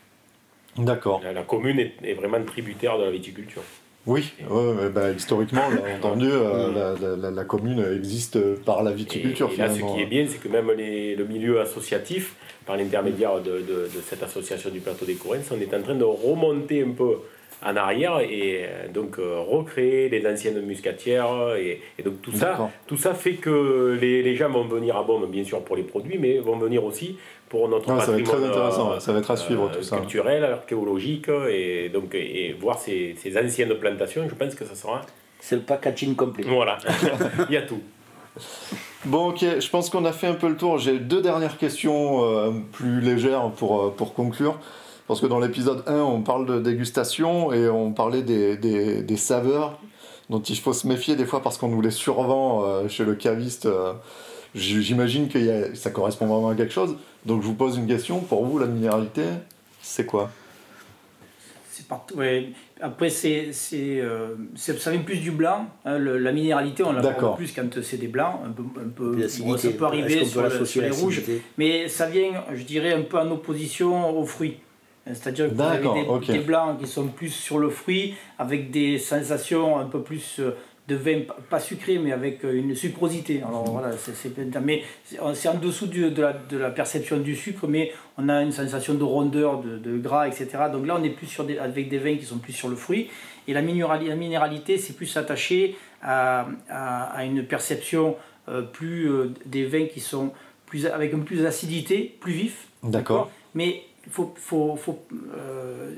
Speaker 2: D'accord.
Speaker 9: La, la commune est, est vraiment tributaire de la viticulture.
Speaker 2: Oui, ouais, bah, historiquement, on l'a entendu, euh, la, la, la commune existe par la viticulture.
Speaker 9: Et, et là, ce qui est bien, c'est que même les, le milieu associatif, par l'intermédiaire de, de, de cette association du Plateau des Correns, on est en train de remonter un peu en arrière et donc euh, recréer les anciennes muscatières. Et, et donc tout ça, tout ça fait que les, les gens vont venir à Beaume, bien sûr, pour les produits, mais vont venir aussi pour notre
Speaker 2: ah,
Speaker 9: patrimoine
Speaker 2: ça va être très intéressant, euh, ça va être à suivre euh, tout ça.
Speaker 9: Culturel, archéologique, et, donc, et, et voir ces, ces anciennes plantations, je pense que ça sera...
Speaker 7: C'est le packaging complet.
Speaker 9: Voilà, il y a tout.
Speaker 2: Bon, ok, je pense qu'on a fait un peu le tour. J'ai deux dernières questions euh, plus légères pour, pour conclure. Parce que dans l'épisode un, on parle de dégustation et on parlait des, des, des saveurs dont il faut se méfier des fois parce qu'on nous les survend euh, chez le caviste. Euh, j'imagine que y a, ça correspond vraiment à quelque chose. Donc je vous pose une question. Pour vous, la minéralité, c'est quoi ?
Speaker 8: C'est partout. Ouais. Après, c'est, c'est, euh, c'est, ça vient plus du blanc. Hein, le, la minéralité, on la voit plus quand c'est des blancs. Un peu, un peu, bon, ça peut arriver sur, le, sur les rouges. Mais ça vient, je dirais, un peu en opposition aux fruits. C'est-à-dire que vous avez des, okay. des blancs qui sont plus sur le fruit, avec des sensations un peu plus de vin, pas sucré, mais avec une sucrosité. Alors mmh. voilà, c'est, c'est, mais c'est en dessous du, de, la, de la perception du sucre, mais on a une sensation de rondeur, de, de gras, et cetera. Donc là, on est plus sur des, avec des vins qui sont plus sur le fruit. Et la minéralité, la minéralité c'est plus attaché à, à, à une perception euh, plus euh, des vins qui sont plus, avec un peu plus d'acidité, plus vifs.
Speaker 2: D'accord.
Speaker 8: Mais il faut... faut, faut euh,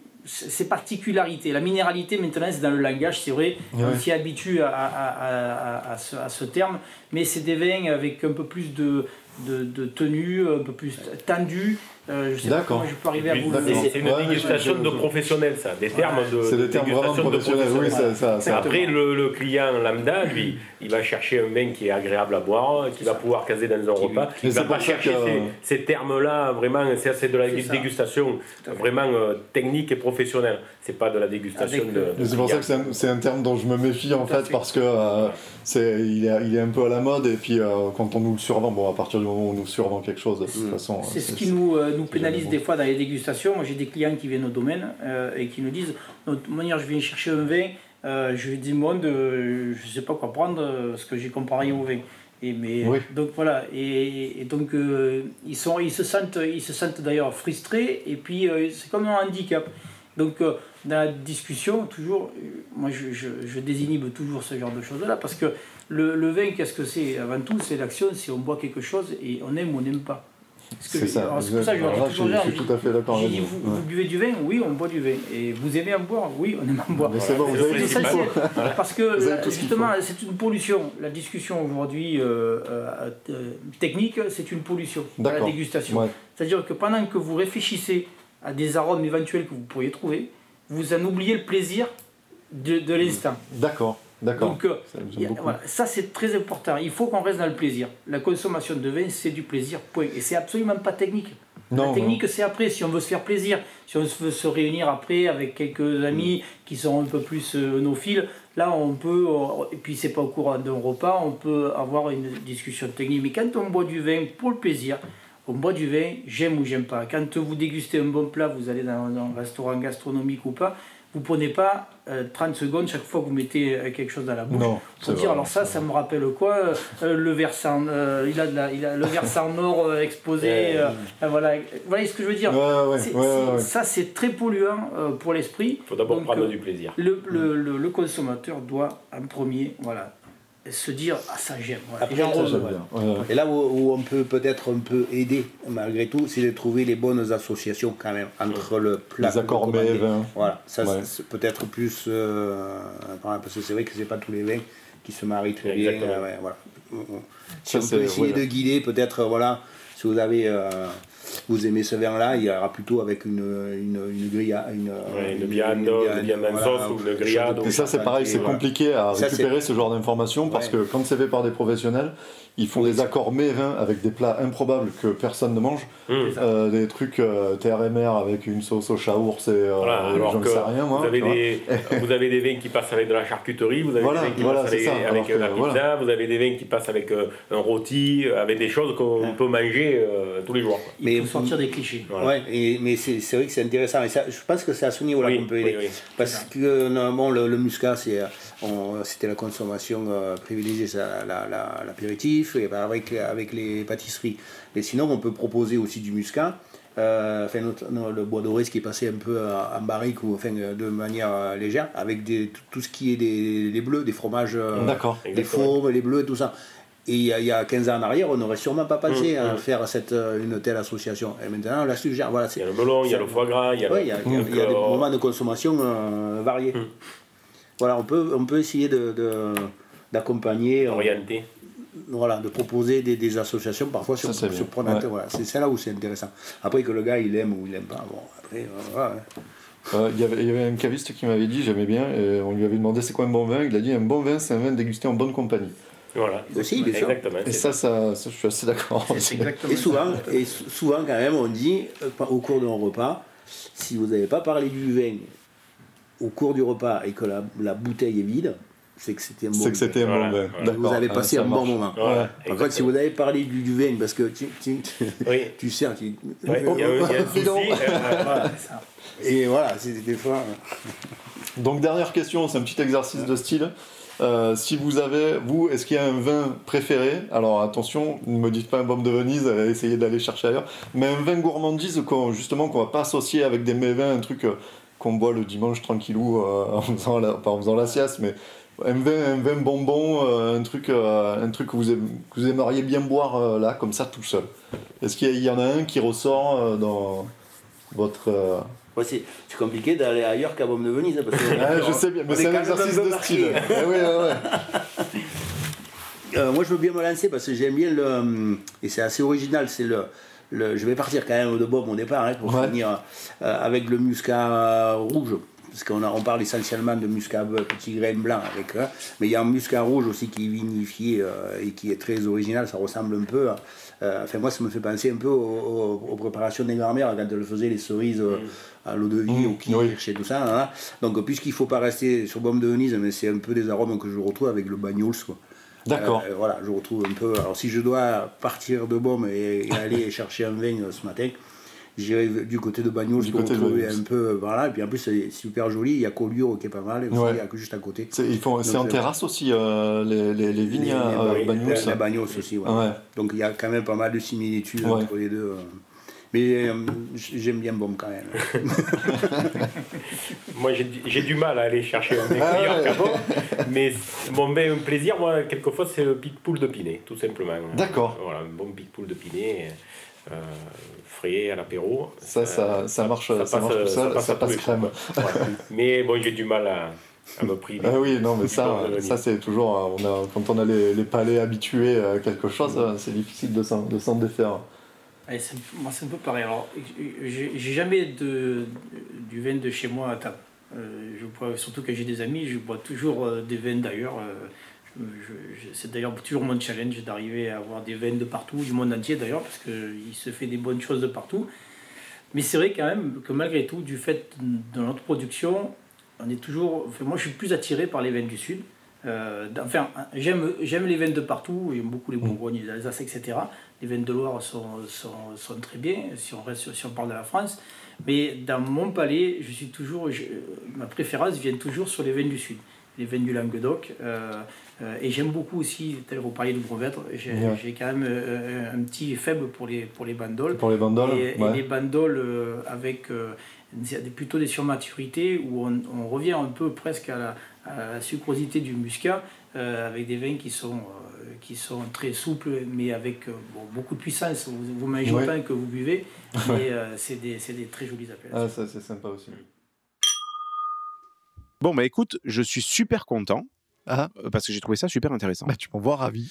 Speaker 8: ces particularités. La minéralité, maintenant, c'est dans le langage, c'est vrai, ouais. on s'y habitue à, à, à, à, à, ce, à ce terme, mais c'est des vins avec un peu plus de, de, de tenue, un peu plus tendu. Euh, je sais pas comment je peux arriver à vous le dire.
Speaker 9: C'est une ouais, dégustation de professionnels, ça, des termes de
Speaker 2: C'est des termes vraiment professionnels, oui, ça, ça, ça.
Speaker 9: Après, le, le client lambda, lui, il va chercher un vin qui est agréable à boire, qui va pouvoir caser dans un repas. Il ne va pas chercher que... ces, ces termes-là, vraiment, c'est, c'est de la c'est dégustation vraiment euh, technique et professionnelle. C'est pas de la dégustation Avec, de, de.
Speaker 2: C'est pour ça que c'est un, c'est un terme dont je me méfie, en fait, parce que euh, c'est, il, est, il est un peu à la mode, et puis euh, quand on nous le survend, bon, à partir du moment où on nous survend quelque chose, de toute mmh. façon.
Speaker 8: C'est, c'est ce qui nous. Euh, nous pénalise des fois dans les dégustations. Moi, j'ai des clients qui viennent au domaine euh, et qui nous disent de toute manière, je viens chercher un vin, euh, je lui dis monde, euh, je ne sais pas quoi prendre euh, parce que j'y comprends rien au vin. Et mais oui. donc voilà et, et donc euh, ils sont ils se sentent ils se sentent d'ailleurs frustrés et puis euh, c'est comme un handicap. Donc euh, dans la discussion toujours, euh, moi je, je, je désinhibe toujours ce genre de choses là parce que le, le vin, qu'est-ce que c'est? Avant tout, c'est l'action. Si on boit quelque chose et on aime ou on n'aime pas.
Speaker 2: C'est, que, ça.
Speaker 8: Alors, c'est pour ça que je leur dis toujours,
Speaker 2: je suis tout à fait d'accord avec
Speaker 8: vous. Vous, vous buvez du vin? Oui, on boit du vin. Et vous aimez en boire? Oui, on aime en boire.
Speaker 2: Mais c'est bon, vous avez tout ce qu'il faut.
Speaker 8: Parce que là, justement, c'est une pollution. La discussion aujourd'hui euh, euh, technique, c'est une pollution. D'accord. La dégustation. Ouais. C'est-à-dire que pendant que vous réfléchissez à des arômes éventuels que vous pourriez trouver, vous en oubliez le plaisir de, de l'instant.
Speaker 2: D'accord. D'accord.
Speaker 8: Donc, euh, a, voilà, ça c'est très important. Il faut qu'on reste dans le plaisir. La consommation de vin, c'est du plaisir, point. Et c'est absolument pas technique. Non, la technique, non. c'est après. Si on veut se faire plaisir, si on veut se réunir après avec quelques amis mmh. qui sont un peu plus euh, œnophiles, là on peut, euh, et puis c'est pas au cours d'un repas, on peut avoir une discussion technique. Mais quand on boit du vin pour le plaisir, on boit du vin, j'aime ou j'aime pas. Quand vous dégustez un bon plat, vous allez dans, dans un restaurant gastronomique ou pas, vous ne prenez pas euh, trente secondes chaque fois que vous mettez euh, quelque chose dans la bouche non, pour dire vrai, alors ça, ça me rappelle quoi euh, le versant, euh, il, a de la, il a le versant nord euh, exposé, euh, euh, voilà. Vous voyez ce que je veux dire?
Speaker 2: ouais, ouais,
Speaker 8: c'est,
Speaker 2: ouais,
Speaker 8: c'est,
Speaker 2: ouais.
Speaker 8: Ça, c'est très polluant euh, pour l'esprit.
Speaker 9: Il faut d'abord
Speaker 8: Donc,
Speaker 9: prendre
Speaker 8: euh,
Speaker 9: du plaisir.
Speaker 8: Le, le, le, le consommateur doit en premier, voilà, se dire ah ça j'aime. Voilà.
Speaker 7: Après, ça, j'aime voilà. ouais, ouais. Et là où, où on peut peut-être un peu aider malgré tout, c'est de trouver les bonnes associations quand même entre le plat.
Speaker 2: Les accords mets et vins.
Speaker 7: Voilà, ça ouais. c'est, c'est peut-être plus euh, parce que c'est vrai que c'est pas tous les vins qui se marient très Exactement. bien. Euh, ouais, voilà. Si ça, on peut essayer ouais. de guider peut-être voilà si vous avez euh, vous aimez ce vin-là, il y aura plutôt avec une une une grillade, une
Speaker 9: ouais, une viande, une viande en sauce ou une grillade.
Speaker 2: Et ça c'est pareil, c'est voilà. compliqué à ça, récupérer c'est... ce genre d'informations parce ouais. que quand c'est fait par des professionnels, ils font oui, des accords mets vins avec des plats improbables que personne ne mange, mmh. euh, des trucs euh, T R M R avec une sauce au chaours et euh,
Speaker 9: voilà, alors j'en sais rien moi. Vous avez des vous avez des vins qui passent avec de la charcuterie, vous avez
Speaker 2: voilà,
Speaker 9: des vins qui
Speaker 2: voilà,
Speaker 9: passent avec, avec la pizza, voilà. vous avez des vins qui passent avec euh, un rôti, avec des choses qu'on ouais. peut manger euh, tous les jours. Quoi.
Speaker 8: Mais il faut sortir des clichés.
Speaker 7: Voilà. Ouais, et, mais c'est, c'est vrai que c'est intéressant. Et ça, je pense que c'est à ce niveau-là oui, qu'on peut aider. Oui, oui. Parce que normalement, le, le muscat, c'est, on, c'était la consommation euh, privilégiée, c'est la, la, la, l'apéritif, et ben avec, avec les pâtisseries. Mais sinon, on peut proposer aussi du muscat. Euh, enfin, notre, notre, le bois doré, ce qui est passé un peu en barrique ou enfin, de manière euh, légère, avec des, tout, tout ce qui est des, des bleus, des fromages, euh, des fauves, les bleus et tout ça. Et il y, a, il y a quinze ans en arrière, on n'aurait sûrement pas pensé mmh, à mmh. faire cette, une telle association. Et maintenant, on la suggère. Voilà, c'est,
Speaker 9: il y a le melon, il y a le foie gras, il y a,
Speaker 7: ouais, il y a, il y a, il y a des moments de consommation euh, variés. Mmh. Voilà, on peut, on peut essayer de, de, d'accompagner,
Speaker 9: orienter.
Speaker 7: Euh, voilà, de proposer des, des associations parfois sur,
Speaker 2: ça,
Speaker 7: sur prendre ouais. voilà, c'est, c'est là où c'est intéressant. Après que le gars il aime ou il aime pas, bon, après, euh, voilà.
Speaker 2: Euh, il, y avait, il y avait un caviste qui m'avait dit, j'aimais bien, et on lui avait demandé c'est quoi un bon vin, il a dit un bon vin c'est un vin dégusté en bonne compagnie.
Speaker 9: Voilà,
Speaker 7: aussi, bien sûr.
Speaker 9: Exactement.
Speaker 2: Et ça, ça, ça, je suis assez d'accord.
Speaker 8: C'est exactement
Speaker 7: et souvent, et souvent quand même, on dit au cours d'un repas, si vous n'avez pas parlé du vin au cours du repas et que la, la bouteille est vide, c'est que c'était un bon
Speaker 2: c'est que c'était un bon vin.
Speaker 7: Voilà. Vous avez passé ah, un bon moment.
Speaker 9: Voilà,
Speaker 7: Par contre, si vous avez parlé du, du vin, parce que tu, tu, tu,
Speaker 9: oui.
Speaker 7: tu sais, tu...
Speaker 9: Ouais, il y a, il y a un souci. euh,
Speaker 7: voilà. Et voilà, c'est des fois.
Speaker 2: Donc dernière question, c'est un petit exercice ouais. de style. Euh, si vous avez, vous, est-ce qu'il y a un vin préféré? Alors attention, ne me dites pas un Baume de Venise, essayez d'aller chercher ailleurs. Mais un vin gourmandise qu'on, justement qu'on va pas associer avec des mévins, un truc qu'on boit le dimanche tranquillou, euh, en faisant la, pas en faisant la sieste, mais Un vin, un vin bonbon, euh, un, truc, euh, un truc que vous, aim, que vous aimeriez bien boire euh, là, comme ça, tout seul. Est-ce qu'il y, y en a un qui ressort euh, dans votre... Euh...
Speaker 7: Ouais, c'est, c'est compliqué d'aller ailleurs qu'à Baume de Venise. Parce que,
Speaker 2: ah, je sais bien, mais c'est un exercice de style. ah, oui, ouais, ouais.
Speaker 7: euh, moi, je veux bien me lancer parce que j'aime bien le... Et c'est assez original, c'est le... le je vais partir quand même de Baume au départ, hein, pour ouais. finir euh, avec le muscat rouge. Parce qu'on a, on parle essentiellement de muscat petit grain blanc avec, hein, mais il y a un muscat rouge aussi qui est vinifié euh, et qui est très original, ça ressemble un peu, à, euh, enfin moi ça me fait penser un peu aux, aux, aux préparations des grand-mères quand elles faisaient les cerises euh, à l'eau de vie, mmh, au kirsch et tout ça, hein. Donc puisqu'il ne faut pas rester sur Baume de Venise, mais c'est un peu des arômes que je retrouve avec le Bagnols, quoi.
Speaker 2: D'accord.
Speaker 7: Euh, voilà, je retrouve un peu, alors si je dois partir de Baume et, et aller chercher un vin euh, ce matin, j'irai du côté de Bagnols pour retrouver un peu par là. Et puis en plus, c'est super joli. Il y a Collioure qui est pas mal. Et aussi, ouais. Il y a que juste à côté.
Speaker 2: C'est, ils font, c'est en terrasse aussi, euh, les, les, les vignes à euh, Bagnols.
Speaker 7: Les, les Bagnols aussi, ouais. Ouais. Donc il y a quand même pas mal de similitudes ouais. entre les deux. Mais euh, j'aime bien Baume quand même.
Speaker 9: Moi, j'ai, j'ai du mal à aller chercher un meilleur ah ouais. qu'à Baume. Mais mon ben, plaisir, moi, quelquefois, c'est le Picpoul de Pinet, tout simplement.
Speaker 2: D'accord.
Speaker 9: Voilà, un bon Picpoul de Pinet. Euh, frais à l'apéro.
Speaker 2: Ça, ça, euh, ça, ça marche, ça, ça passe, marche tout seul, ça passe, ça passe crème.
Speaker 9: Ouais. Mais bon, j'ai du mal à, à me priver.
Speaker 2: Ah oui, non, mais ça, ça c'est toujours. On a, quand on a les, les palais habitués à quelque chose, mmh. c'est difficile de s'en, de s'en défaire.
Speaker 8: Allez, c'est, moi, c'est un peu pareil. Alors, j'ai, j'ai jamais de, du vin de chez moi à table. Euh, je bois, surtout quand j'ai des amis, je bois toujours euh, des vins d'ailleurs. Euh, Je, je, c'est d'ailleurs toujours mon challenge d'arriver à avoir des vins de partout, du monde entier d'ailleurs, parce qu'il se fait des bonnes choses de partout. Mais c'est vrai quand même que malgré tout, du fait de notre production, on est toujours... Enfin, moi, je suis plus attiré par les vins du Sud. Euh, enfin, j'aime, j'aime les vins de partout, j'aime beaucoup les Bourgognes, les Alsace, et cetera. Les vins de Loire sont, sont, sont très bien, si on, reste, si on parle de la France. Mais dans mon palais, je suis toujours, je, ma préférence vient toujours sur les vins du Sud. Les vins du Languedoc. Euh, euh, et j'aime beaucoup aussi, tel que vous parliez de Bourvèdre, j'ai, ouais. j'ai quand même euh, un petit faible pour les, pour les bandoles.
Speaker 2: Pour les bandoles,
Speaker 8: Et,
Speaker 2: ouais.
Speaker 8: et les bandoles euh, avec euh, plutôt des surmaturités où on, on revient un peu presque à la, à la sucrosité du muscat, euh, avec des vins qui sont, euh, qui sont très souples, mais avec euh, bon, beaucoup de puissance. Vous, vous mangez ouais. autant que vous buvez, mais euh, c'est, des, c'est des très jolies appellations.
Speaker 2: Ah, ça c'est sympa aussi.
Speaker 1: Bon, bah écoute, je suis super content.
Speaker 2: Ah.
Speaker 1: Parce que j'ai trouvé ça super intéressant.
Speaker 2: Bah, tu m'en vois ravi.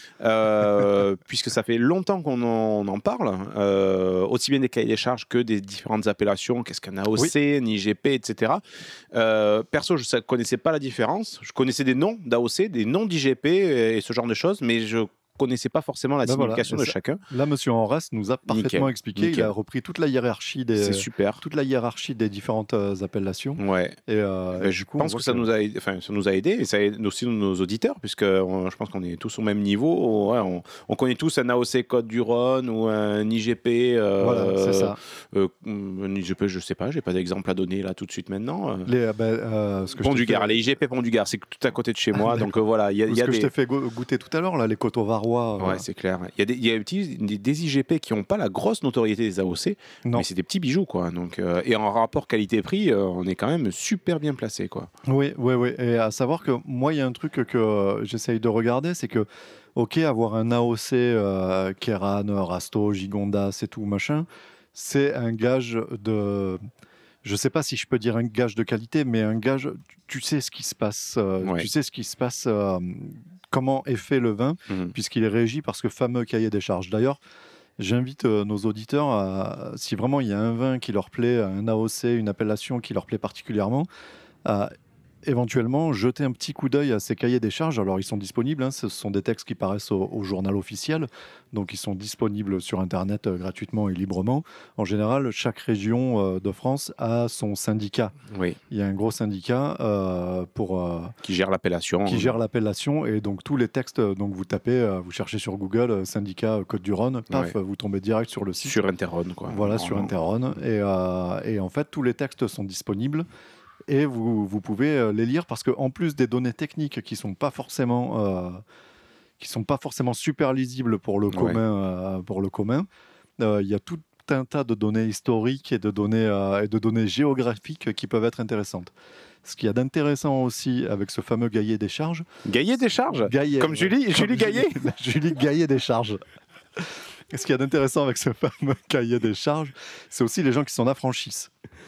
Speaker 1: Euh, puisque ça fait longtemps qu'on en, on en parle, euh, aussi bien des cahiers des charges que des différentes appellations, qu'est-ce qu'un A O C, oui. un I G P, et cetera. Euh, perso, je ne connaissais pas la différence. Je connaissais des noms d'A O C, des noms d'I G P et, et ce genre de choses, mais je connaissais pas forcément la ben signification voilà, de ça, chacun.
Speaker 2: Là, Monsieur Henras nous a parfaitement Nickel. expliqué. Nickel. Il a repris toute la hiérarchie des,
Speaker 1: C'est super.
Speaker 2: toute la hiérarchie des différentes euh, appellations.
Speaker 1: Ouais.
Speaker 2: Et, euh,
Speaker 1: ben,
Speaker 2: et
Speaker 1: je
Speaker 2: coup,
Speaker 1: pense que, que ça nous a, aidé, enfin, ça nous a aidé et ça aide aussi nos auditeurs, puisque on, je pense qu'on est tous au même niveau. Ouais, on, on connaît tous un A O C Côte du Rhône ou un I G P. Euh,
Speaker 2: voilà, c'est ça.
Speaker 1: Euh, un I G P, je sais pas, j'ai pas d'exemple à donner là tout de suite maintenant.
Speaker 2: Les, ben, euh, ce que
Speaker 1: Pont du Gard, fait... les I G P Pont du Gard, c'est tout à côté de chez moi, donc euh, voilà. Il y a,
Speaker 2: ce
Speaker 1: y a
Speaker 2: que
Speaker 1: des...
Speaker 2: je t'ai fait goûter tout à l'heure, là, les Cotovarois.
Speaker 1: Ouais, c'est clair. Il y a des, il y a des, des, des I G P qui n'ont pas la grosse notoriété des A O C, non. mais c'est des petits bijoux, quoi. Donc, euh, et en rapport qualité-prix, euh, on est quand même super bien placé, quoi.
Speaker 2: Oui, oui, oui. Et à savoir que moi, il y a un truc que euh, j'essaye de regarder, c'est que, ok, avoir un A O C, euh, Kéran, Rasto, Gigondas, c'est tout, machin, c'est un gage de... Je sais pas si je peux dire un gage de qualité, mais un gage, tu sais ce qui se passe, euh, ouais. tu sais ce qui se passe, euh, comment est fait le vin, mmh. puisqu'il est régi par ce fameux cahier des charges. D'ailleurs, j'invite euh, nos auditeurs, à, si vraiment il y a un vin qui leur plaît, un A O C, une appellation qui leur plaît particulièrement, à éventuellement jeter un petit coup d'œil à ces cahiers des charges. Alors ils sont disponibles, hein, ce sont des textes qui paraissent au, au journal officiel, donc ils sont disponibles sur internet euh, gratuitement et librement. En général, chaque région euh, de France a son syndicat.
Speaker 1: Oui.
Speaker 2: Il y a un gros syndicat euh, pour, euh,
Speaker 1: qui gère l'appellation.
Speaker 2: Qui gère l'appellation, et donc tous les textes, donc vous tapez, euh, vous cherchez sur Google euh, syndicat Côte-du-Rhône, paf, ouais. vous tombez direct sur le site.
Speaker 1: Sur Interrhône, quoi.
Speaker 2: Voilà, sur Interrhône, et, euh, et en fait tous les textes sont disponibles. Et vous, vous pouvez les lire parce qu'en plus des données techniques qui ne sont pas forcément, euh, qui sont pas forcément super lisibles pour le commun, ouais. euh, pour le commun, il euh, y a tout, un tas de données historiques et de données, euh, et de données géographiques qui peuvent être intéressantes. Ce qu'il y a d'intéressant aussi avec ce fameux Gaillet des charges...
Speaker 1: Gaillet des charges
Speaker 2: Gaillet,
Speaker 1: Comme Julie,
Speaker 2: Comme
Speaker 1: Julie Gaillet
Speaker 2: Julie Gaillet des charges. Ce qu'il y a d'intéressant avec ce fameux Cahier des charges, c'est aussi les gens qui s'en affranchissent.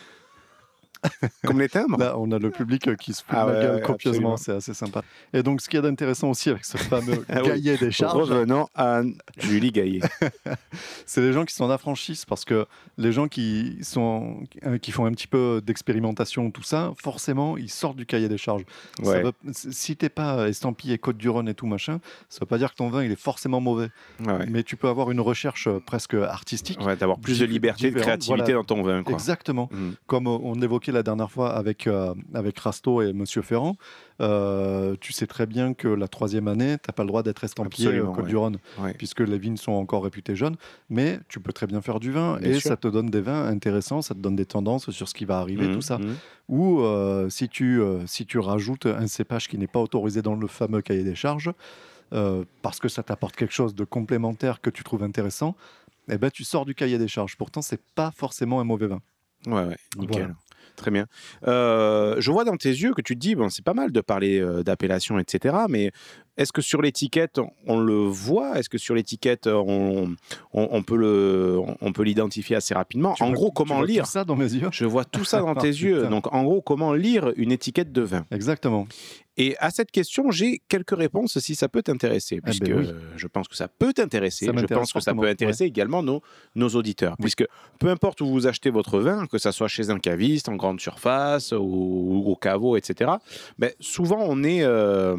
Speaker 1: Comme les timbres.
Speaker 2: Là, on a le public qui se fout
Speaker 1: ah
Speaker 2: de ma
Speaker 1: ouais,
Speaker 2: gueule
Speaker 1: ouais,
Speaker 2: copieusement,
Speaker 1: absolument.
Speaker 2: c'est assez sympa. Et donc, ce qu'il y a d'intéressant aussi avec ce fameux
Speaker 1: ah oui.
Speaker 2: Cahier des charges...
Speaker 1: Revenons à Julie Gaillet.
Speaker 2: c'est les gens qui s'en affranchissent, parce que les gens qui, sont, qui font un petit peu d'expérimentation, tout ça, forcément, ils sortent du Cahier des charges.
Speaker 1: Ouais.
Speaker 2: Ça veut, si t'es pas estampillé Côte-du-Rhône et tout machin, ça veut pas dire que ton vin, il est forcément mauvais.
Speaker 1: Ouais.
Speaker 2: Mais tu peux avoir une recherche presque artistique.
Speaker 1: Ouais, d'avoir plus de liberté, de créativité voilà. dans ton vin. Quoi.
Speaker 2: Exactement.
Speaker 1: Mmh.
Speaker 2: Comme on évoquait la dernière fois avec, euh, avec Rasto et Monsieur Ferrand, euh, tu sais très bien que la troisième année, tu n'as pas le droit d'être estampillé
Speaker 1: Absolument,
Speaker 2: Côte-du-Rhône,
Speaker 1: ouais. Ouais.
Speaker 2: puisque les vignes sont encore réputées jeunes, mais tu peux très bien faire du vin bien et sûr. Ça te donne des vins intéressants, ça te donne des tendances sur ce qui va arriver, mmh, tout ça. Mmh. Ou euh, si, tu, euh, si tu rajoutes un cépage qui n'est pas autorisé dans le fameux cahier des charges, euh, parce que ça t'apporte quelque chose de complémentaire que tu trouves intéressant, eh ben, tu sors du cahier des charges. Pourtant, ce n'est pas forcément un mauvais vin.
Speaker 1: Ouais, ouais, nickel.
Speaker 2: Voilà.
Speaker 1: Très bien. Euh, je vois dans tes yeux que tu te dis, bon, c'est pas mal de parler euh, d'appellation, et cetera. Mais est-ce que sur l'étiquette, on le voit ? Est-ce que sur l'étiquette, on, on, on peut le, on peut l'identifier assez rapidement ?
Speaker 2: Tu
Speaker 1: En
Speaker 2: vois,
Speaker 1: gros, comment
Speaker 2: tu vois
Speaker 1: lire ?
Speaker 2: tout ça dans mes yeux ?
Speaker 1: Je vois tout ça dans tes yeux. Donc, en gros, comment lire une étiquette de vin ?
Speaker 2: Exactement.
Speaker 1: Et à cette question, j'ai quelques réponses si ça peut t'intéresser, puisque
Speaker 2: eh ben oui.
Speaker 1: euh, je pense que ça peut t'intéresser.
Speaker 2: Ça
Speaker 1: je pense que ça peut intéresser ouais. également nos, nos auditeurs, oui. puisque peu importe où vous achetez votre vin, que ça soit chez un caviste, en grande surface, ou au caveau, et cetera, ben, souvent on est, euh,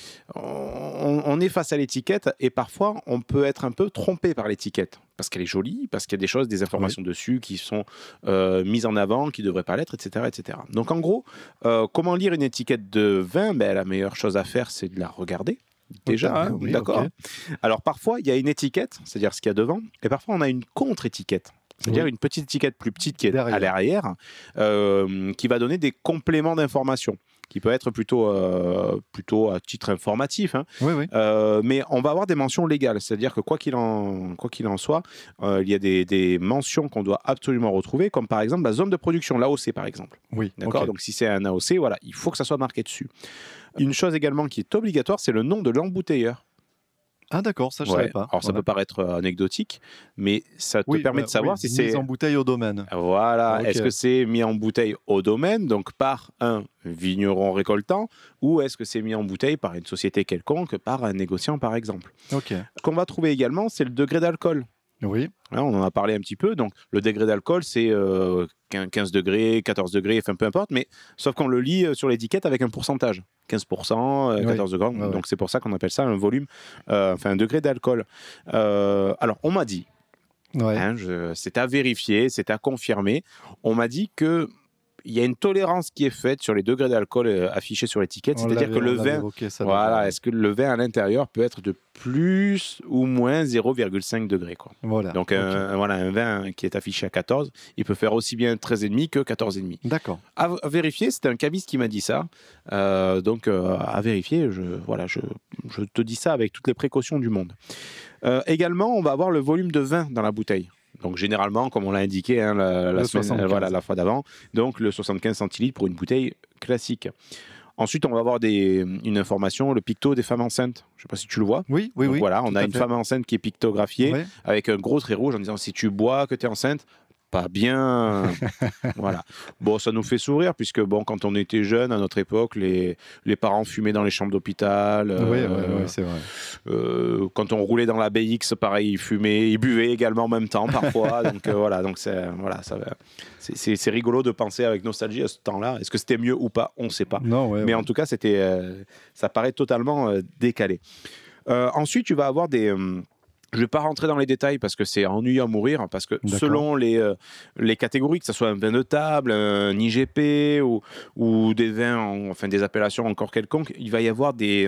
Speaker 1: on, on est face à l'étiquette et parfois on peut être un peu trompé par l'étiquette. Parce qu'elle est jolie, parce qu'il y a des choses, des informations oui. dessus qui sont euh, mises en avant, qui ne devraient pas l'être, et cetera, et cetera. Donc en gros, euh, comment lire une étiquette de vin ? Ben, la meilleure chose à faire, c'est de la regarder. Déjà, okay, hein, oui, d'accord. Okay. Alors parfois, il y a une étiquette, c'est-à-dire ce qu'il y a devant, et parfois on a une contre-étiquette. C'est-à-dire oui. une petite étiquette plus petite qui est derrière. à l'arrière, euh, qui va donner des compléments d'information, qui peut être plutôt, euh, plutôt à titre informatif. Hein.
Speaker 2: Oui, oui.
Speaker 1: Euh, mais on va avoir des mentions légales, c'est-à-dire que quoi qu'il en, quoi qu'il en soit, euh, il y a des, des mentions qu'on doit absolument retrouver, comme par exemple la zone de production, l'A O C par exemple.
Speaker 2: Oui,
Speaker 1: d'accord. Okay. Donc si c'est un A O C, voilà, il faut que ça soit marqué dessus. Une chose également qui est obligatoire, c'est le nom de l'embouteilleur.
Speaker 2: Ah d'accord, ça je ne
Speaker 1: ouais.
Speaker 2: savais pas.
Speaker 1: Alors voilà. Ça peut paraître anecdotique, mais ça te
Speaker 2: oui,
Speaker 1: permet
Speaker 2: bah,
Speaker 1: de savoir
Speaker 2: oui,
Speaker 1: si c'est...
Speaker 2: Mise en bouteille au domaine.
Speaker 1: Voilà,
Speaker 2: okay.
Speaker 1: Est-ce que c'est mis en bouteille au domaine, donc par un vigneron récoltant, ou est-ce que c'est mis en bouteille par une société quelconque, par un négociant par exemple.
Speaker 2: Okay.
Speaker 1: Ce qu'on va trouver également, c'est le degré d'alcool.
Speaker 2: Oui.
Speaker 1: Là, on en a parlé un petit peu, donc le degré d'alcool c'est euh, quinze degrés, quatorze degrés, enfin peu importe, mais sauf qu'on le lit sur l'étiquette avec un pourcentage, quinze pour cent, euh, quatorze degrés,
Speaker 2: oui.
Speaker 1: donc c'est pour ça qu'on appelle ça un volume, euh, enfin un degré d'alcool. Euh, alors on m'a dit,
Speaker 2: ouais.
Speaker 1: hein, je, c'est à vérifier, c'est à confirmer, on m'a dit que il y a une tolérance qui est faite sur les degrés d'alcool affichés sur l'étiquette, on c'est-à-dire que le vin, évoqué, ça voilà, est-ce que le vin à l'intérieur peut être de plus ou moins zéro virgule cinq degrés, quoi.
Speaker 2: Voilà.
Speaker 1: Donc
Speaker 2: okay.
Speaker 1: un, voilà, un vin qui est affiché à quatorze, il peut faire aussi bien treize virgule cinq que quatorze virgule cinq.
Speaker 2: D'accord.
Speaker 1: À, à vérifier, c'était un caviste qui m'a dit ça, euh, donc euh, à vérifier, je, voilà, je, je te dis ça avec toutes les précautions du monde. Euh, également, on va avoir le volume de vin dans la bouteille. Donc généralement, comme on l'a indiqué hein, la, la, semaine, voilà, la fois d'avant, donc le soixante-quinze centilitres pour une bouteille classique. Ensuite, on va avoir des, une information, le picto des femmes enceintes. Je ne sais pas si tu le vois.
Speaker 2: Oui, oui,
Speaker 1: donc,
Speaker 2: oui.
Speaker 1: Voilà, on a une
Speaker 2: fait.
Speaker 1: femme enceinte qui est pictographiée ouais. avec un gros trait rouge en disant si tu bois, que tu es enceinte. Pas bien. Voilà. Bon, ça nous fait sourire puisque bon, quand on était jeune à notre époque, les, les parents fumaient dans les chambres d'hôpital.
Speaker 2: Euh, oui, oui, oui, c'est vrai.
Speaker 1: Euh, quand on roulait dans la B X, pareil, ils fumaient, ils buvaient également en même temps parfois. donc euh, voilà, donc c'est voilà, ça c'est, c'est, c'est rigolo de penser avec nostalgie à ce temps-là. Est-ce que c'était mieux ou pas ? On ne sait pas.
Speaker 2: Non, ouais,
Speaker 1: Mais
Speaker 2: ouais.
Speaker 1: en tout cas, c'était, euh, ça paraît totalement euh, décalé. Euh, ensuite, tu vas avoir des euh, je ne vais pas rentrer dans les détails parce que c'est ennuyeux à mourir, parce que D'accord. selon les, euh, les catégories, que ce soit un vin de table, un I G P ou, ou des vins, en, enfin des appellations encore quelconques, il va y avoir des,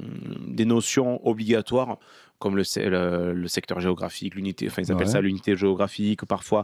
Speaker 1: des notions obligatoires comme le, le, le secteur géographique, l'unité, enfin ils appellent ouais. ça l'unité géographique, parfois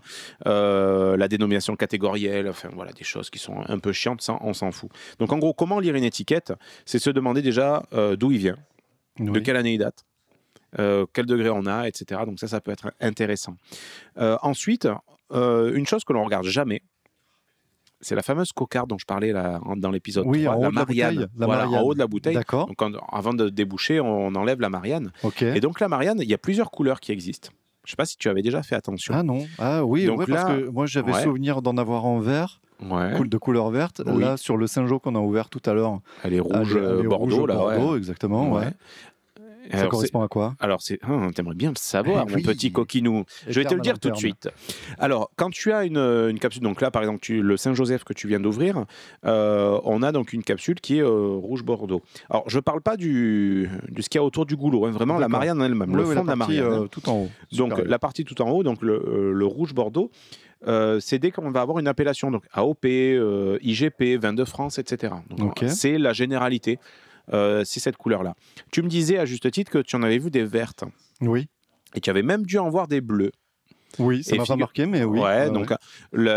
Speaker 1: euh, la dénomination catégorielle, enfin voilà, des choses qui sont un peu chiantes, ça on s'en fout. Donc en gros, comment lire une étiquette ? C'est se demander déjà euh, d'où il vient, oui. de quelle année il date. euh, quel degré on a, et cetera. Donc ça, ça peut être intéressant. Euh, ensuite, euh, une chose que l'on ne regarde jamais, c'est la fameuse cocarde dont je parlais là, dans l'épisode
Speaker 2: oui,
Speaker 1: trois,
Speaker 2: en
Speaker 1: la
Speaker 2: haut de la
Speaker 1: Marianne.
Speaker 2: bouteille, la
Speaker 1: voilà,
Speaker 2: Marianne.
Speaker 1: en haut de la bouteille.
Speaker 2: D'accord.
Speaker 1: Donc, quand, avant de déboucher, on enlève la Marianne.
Speaker 2: Okay.
Speaker 1: Et donc la Marianne, il y a plusieurs couleurs qui existent. Je ne sais pas si tu avais déjà fait attention.
Speaker 2: Ah non, ah oui,
Speaker 1: donc
Speaker 2: ouais,
Speaker 1: là,
Speaker 2: parce que moi j'avais
Speaker 1: ouais.
Speaker 2: souvenir d'en avoir en vert.
Speaker 1: Ouais.
Speaker 2: De couleur verte. Oui. Là, sur le Saint-Jean qu'on a ouvert tout à l'heure,
Speaker 1: elle est rouge, elle, elle est Bordeaux.
Speaker 2: Rouge
Speaker 1: là,
Speaker 2: Bordeaux,
Speaker 1: ouais.
Speaker 2: exactement. Ouais. Ouais. Ça
Speaker 1: alors,
Speaker 2: correspond à quoi?
Speaker 1: Alors, c'est... Oh, t'aimerais bien le savoir,
Speaker 2: eh
Speaker 1: mon
Speaker 2: oui.
Speaker 1: petit coquinou. Je vais te le dire tout de suite. Alors, quand tu as une, une capsule, donc là, par exemple, tu, le Saint-Joseph que tu viens d'ouvrir, euh, on a donc une capsule qui est euh, rouge Bordeaux. Alors, je ne parle pas du, de ce qu'il y a autour du goulot, hein, vraiment la Marianne elle-même,
Speaker 2: oui,
Speaker 1: le
Speaker 2: oui,
Speaker 1: fond de la Marianne.
Speaker 2: Euh, tout en haut.
Speaker 1: Donc, Super la partie tout en haut, donc le, euh, le rouge Bordeaux. Euh, c'est dès qu'on va avoir une appellation, donc A O P, euh, I G P, vin de France, et cetera. Donc, okay. C'est la généralité, euh, c'est cette couleur-là. Tu me disais à juste titre que tu en avais vu des vertes.
Speaker 2: Oui.
Speaker 1: Et tu avais même dû en voir des bleus.
Speaker 2: Oui, ça m'a pas marqué, mais oui.
Speaker 1: Ouais,
Speaker 2: ouais,
Speaker 1: donc
Speaker 2: ouais.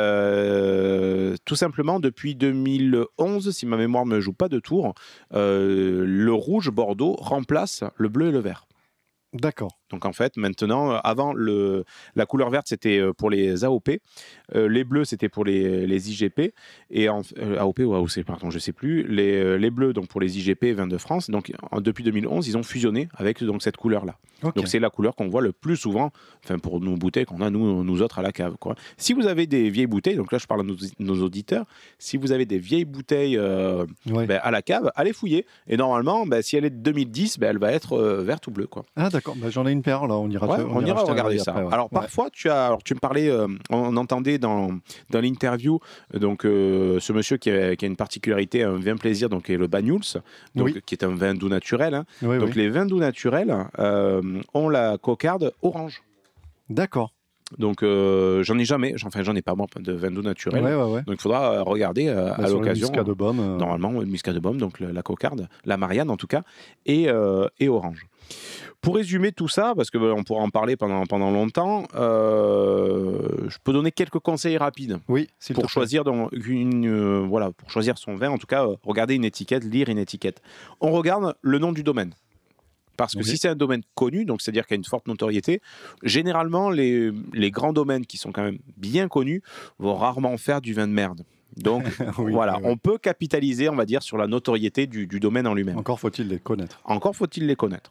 Speaker 1: Le... tout simplement, depuis deux mille onze, si ma mémoire ne me joue pas de tour, euh, le rouge Bordeaux remplace le bleu et le vert.
Speaker 2: D'accord.
Speaker 1: Donc en fait, maintenant, avant, le, la couleur verte, c'était pour les A O P, euh, les bleus, c'était pour les, les I G P, et en, euh, A O P ou A O C, pardon, je ne sais plus, les, les bleus donc pour les I G P, vins de France. Donc en, depuis deux mille onze, ils ont fusionné avec donc, cette couleur-là. Okay. Donc c'est la couleur qu'on voit le plus souvent, enfin pour nos bouteilles qu'on a, nous, nous autres, à la cave, quoi. Si vous avez des vieilles bouteilles, donc là je parle à nos, nos auditeurs, si vous avez des vieilles bouteilles euh, ouais. ben, à la cave, allez fouiller. Et normalement, ben, si elle est de deux mille dix, ben, elle va être euh, verte ou bleue, quoi.
Speaker 2: Ah d'accord, ben, j'en ai une paire là, on ira,
Speaker 1: ouais, on, on ira, ira regarder ça. Après, ouais. Alors ouais. parfois, tu as, alors tu me parlais, euh, on entendait dans, dans l'interview donc euh, ce monsieur qui a, qui a une particularité, un vin plaisir, donc qui est le Banyuls, donc oui. qui est un vin doux naturel. Hein. Oui, donc oui. les vins doux naturels euh, ont la cocarde orange.
Speaker 2: D'accord.
Speaker 1: Donc euh, j'en ai jamais, enfin j'en ai pas moi de vin doux naturel.
Speaker 2: Ouais, ouais, ouais.
Speaker 1: Donc il faudra regarder euh,
Speaker 2: bah,
Speaker 1: à l'occasion.
Speaker 2: Muscat de Beaume. Euh...
Speaker 1: Normalement, le Muscat de Beaume, donc le, la cocarde, la Marianne en tout cas, et, euh, et orange. Pour résumer tout ça, parce que bah, on pourra en parler pendant, pendant longtemps, euh, je peux donner quelques conseils rapides.
Speaker 2: Oui,
Speaker 1: pour choisir donc une, euh, voilà, pour choisir son vin. En tout cas, euh, regarder une étiquette, lire une étiquette. On regarde le nom du domaine. Parce que oui. si c'est un domaine connu, donc c'est-à-dire qu'il y a une forte notoriété, généralement, les, les grands domaines qui sont quand même bien connus vont rarement faire du vin de merde. Donc oui, voilà, oui, oui. on peut capitaliser, on va dire, sur la notoriété du, du domaine en lui-même.
Speaker 2: Encore faut-il les connaître.
Speaker 1: Encore faut-il les connaître.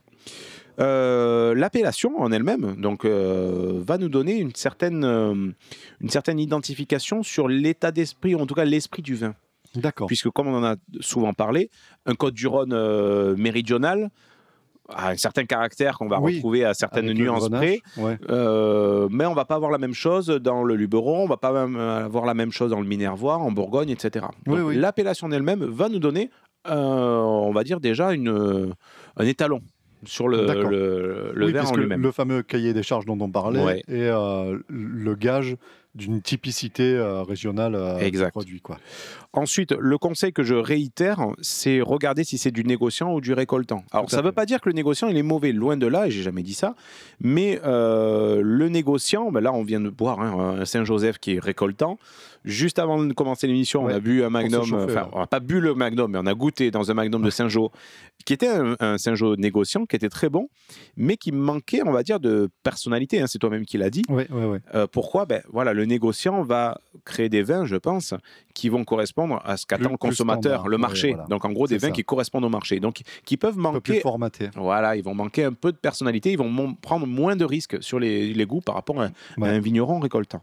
Speaker 1: Euh, l'appellation en elle-même donc, euh, va nous donner une certaine, euh, une certaine identification sur l'état d'esprit, ou en tout cas l'esprit du vin.
Speaker 2: D'accord.
Speaker 1: Puisque comme on en a souvent parlé, un Côte-du-Rhône euh, méridional a un certain caractère qu'on va oui, retrouver à certaines nuances près, ouais. euh, mais on ne va pas avoir la même chose dans le Luberon, on ne va pas même avoir la même chose dans le Minervois, en Bourgogne, et cetera.
Speaker 2: Oui,
Speaker 1: donc,
Speaker 2: oui.
Speaker 1: l'appellation en elle-même va nous donner, euh, on va dire déjà, une, un étalon sur le, le, le
Speaker 2: oui,
Speaker 1: vin en lui-même.
Speaker 2: Le fameux cahier des charges dont on parlait ouais. est euh, le gage d'une typicité euh, régionale euh, du produit, quoi.
Speaker 1: Ensuite, le conseil que je réitère, c'est regarder si c'est du négociant ou du récoltant. Alors, ça ne veut pas dire que le négociant il est mauvais, loin de là, et j'ai jamais dit ça, mais euh, le négociant, ben là on vient de boire hein, un Saint-Joseph qui est récoltant. Juste avant de commencer l'émission, ouais, on a bu un Magnum, enfin, on n'a pas bu le Magnum, mais on a goûté dans un Magnum de Saint-Jean, qui était un, un Saint-Jean négociant, qui était très bon, mais qui manquait, on va dire, de personnalité. Hein, c'est toi-même qui l'as dit.
Speaker 2: Ouais, ouais, ouais.
Speaker 1: Euh, pourquoi ben, voilà, le négociant va créer des vins, je pense, qui vont correspondre à ce qu'attend le consommateur, standard, le marché. Ouais, voilà. Donc, en gros, des vins ça. qui correspondent au marché. Donc, qui peuvent manquer. Un peu
Speaker 2: plus formatés.
Speaker 1: Voilà, ils vont manquer un peu de personnalité. Ils vont m- prendre moins de risques sur les, les goûts par rapport à, ouais. à un vigneron récoltant.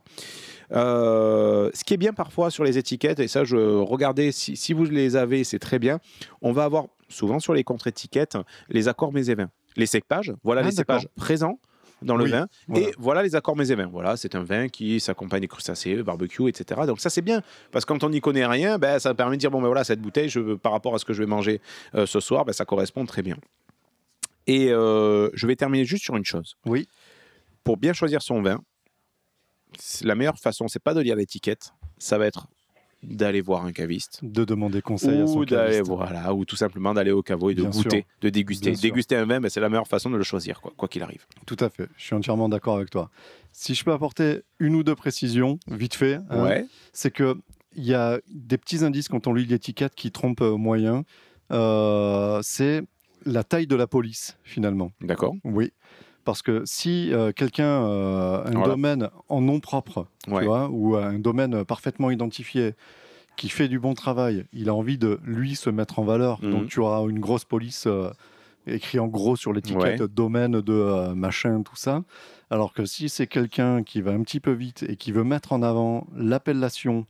Speaker 1: Euh, ce qui est bien parfois sur les étiquettes, et ça, je regardais, si, si vous les avez, c'est très bien. On va avoir souvent sur les contre-étiquettes les accords mets et vins. Les cépages, voilà ah, les d'accord. cépages présents dans le oui, vin. Voilà. Et voilà les accords mets et vins. Voilà, c'est un vin qui s'accompagne des crustacés, barbecue, et cetera. Donc ça, c'est bien. Parce que quand on n'y connaît rien, ben, ça permet de dire, bon, ben voilà, cette bouteille, je, par rapport à ce que je vais manger euh, ce soir, ben, ça correspond très bien. Et euh, je vais terminer juste sur une chose.
Speaker 2: Oui.
Speaker 1: Pour bien choisir son vin, la meilleure façon, c'est pas de lire l'étiquette, ça va être d'aller voir un caviste,
Speaker 2: de demander conseil à son caviste,
Speaker 1: voilà, ou tout simplement d'aller au caveau et de bien goûter, sûr. de déguster. Bien déguster sûr. un vin, ben, c'est la meilleure façon de le choisir, quoi, quoi qu'il arrive.
Speaker 2: Tout à fait, je suis entièrement d'accord avec toi. Si je peux apporter une ou deux précisions, vite fait, hein,
Speaker 1: ouais.
Speaker 2: c'est qu'il y a des petits indices quand on lit l'étiquette qui trompent au moyen. Euh, c'est la taille de la police, finalement.
Speaker 1: D'accord.
Speaker 2: Oui. Parce que si euh, quelqu'un a euh, un
Speaker 1: voilà.
Speaker 2: domaine en nom propre,
Speaker 1: ouais.
Speaker 2: tu vois, ou un domaine parfaitement identifié, qui fait du bon travail, il a envie de, lui, se mettre en valeur. Mmh. Donc, tu auras une grosse police euh, écrit en gros sur l'étiquette, ouais. domaine de euh, machin, tout ça. Alors que si c'est quelqu'un qui va un petit peu vite et qui veut mettre en avant l'appellation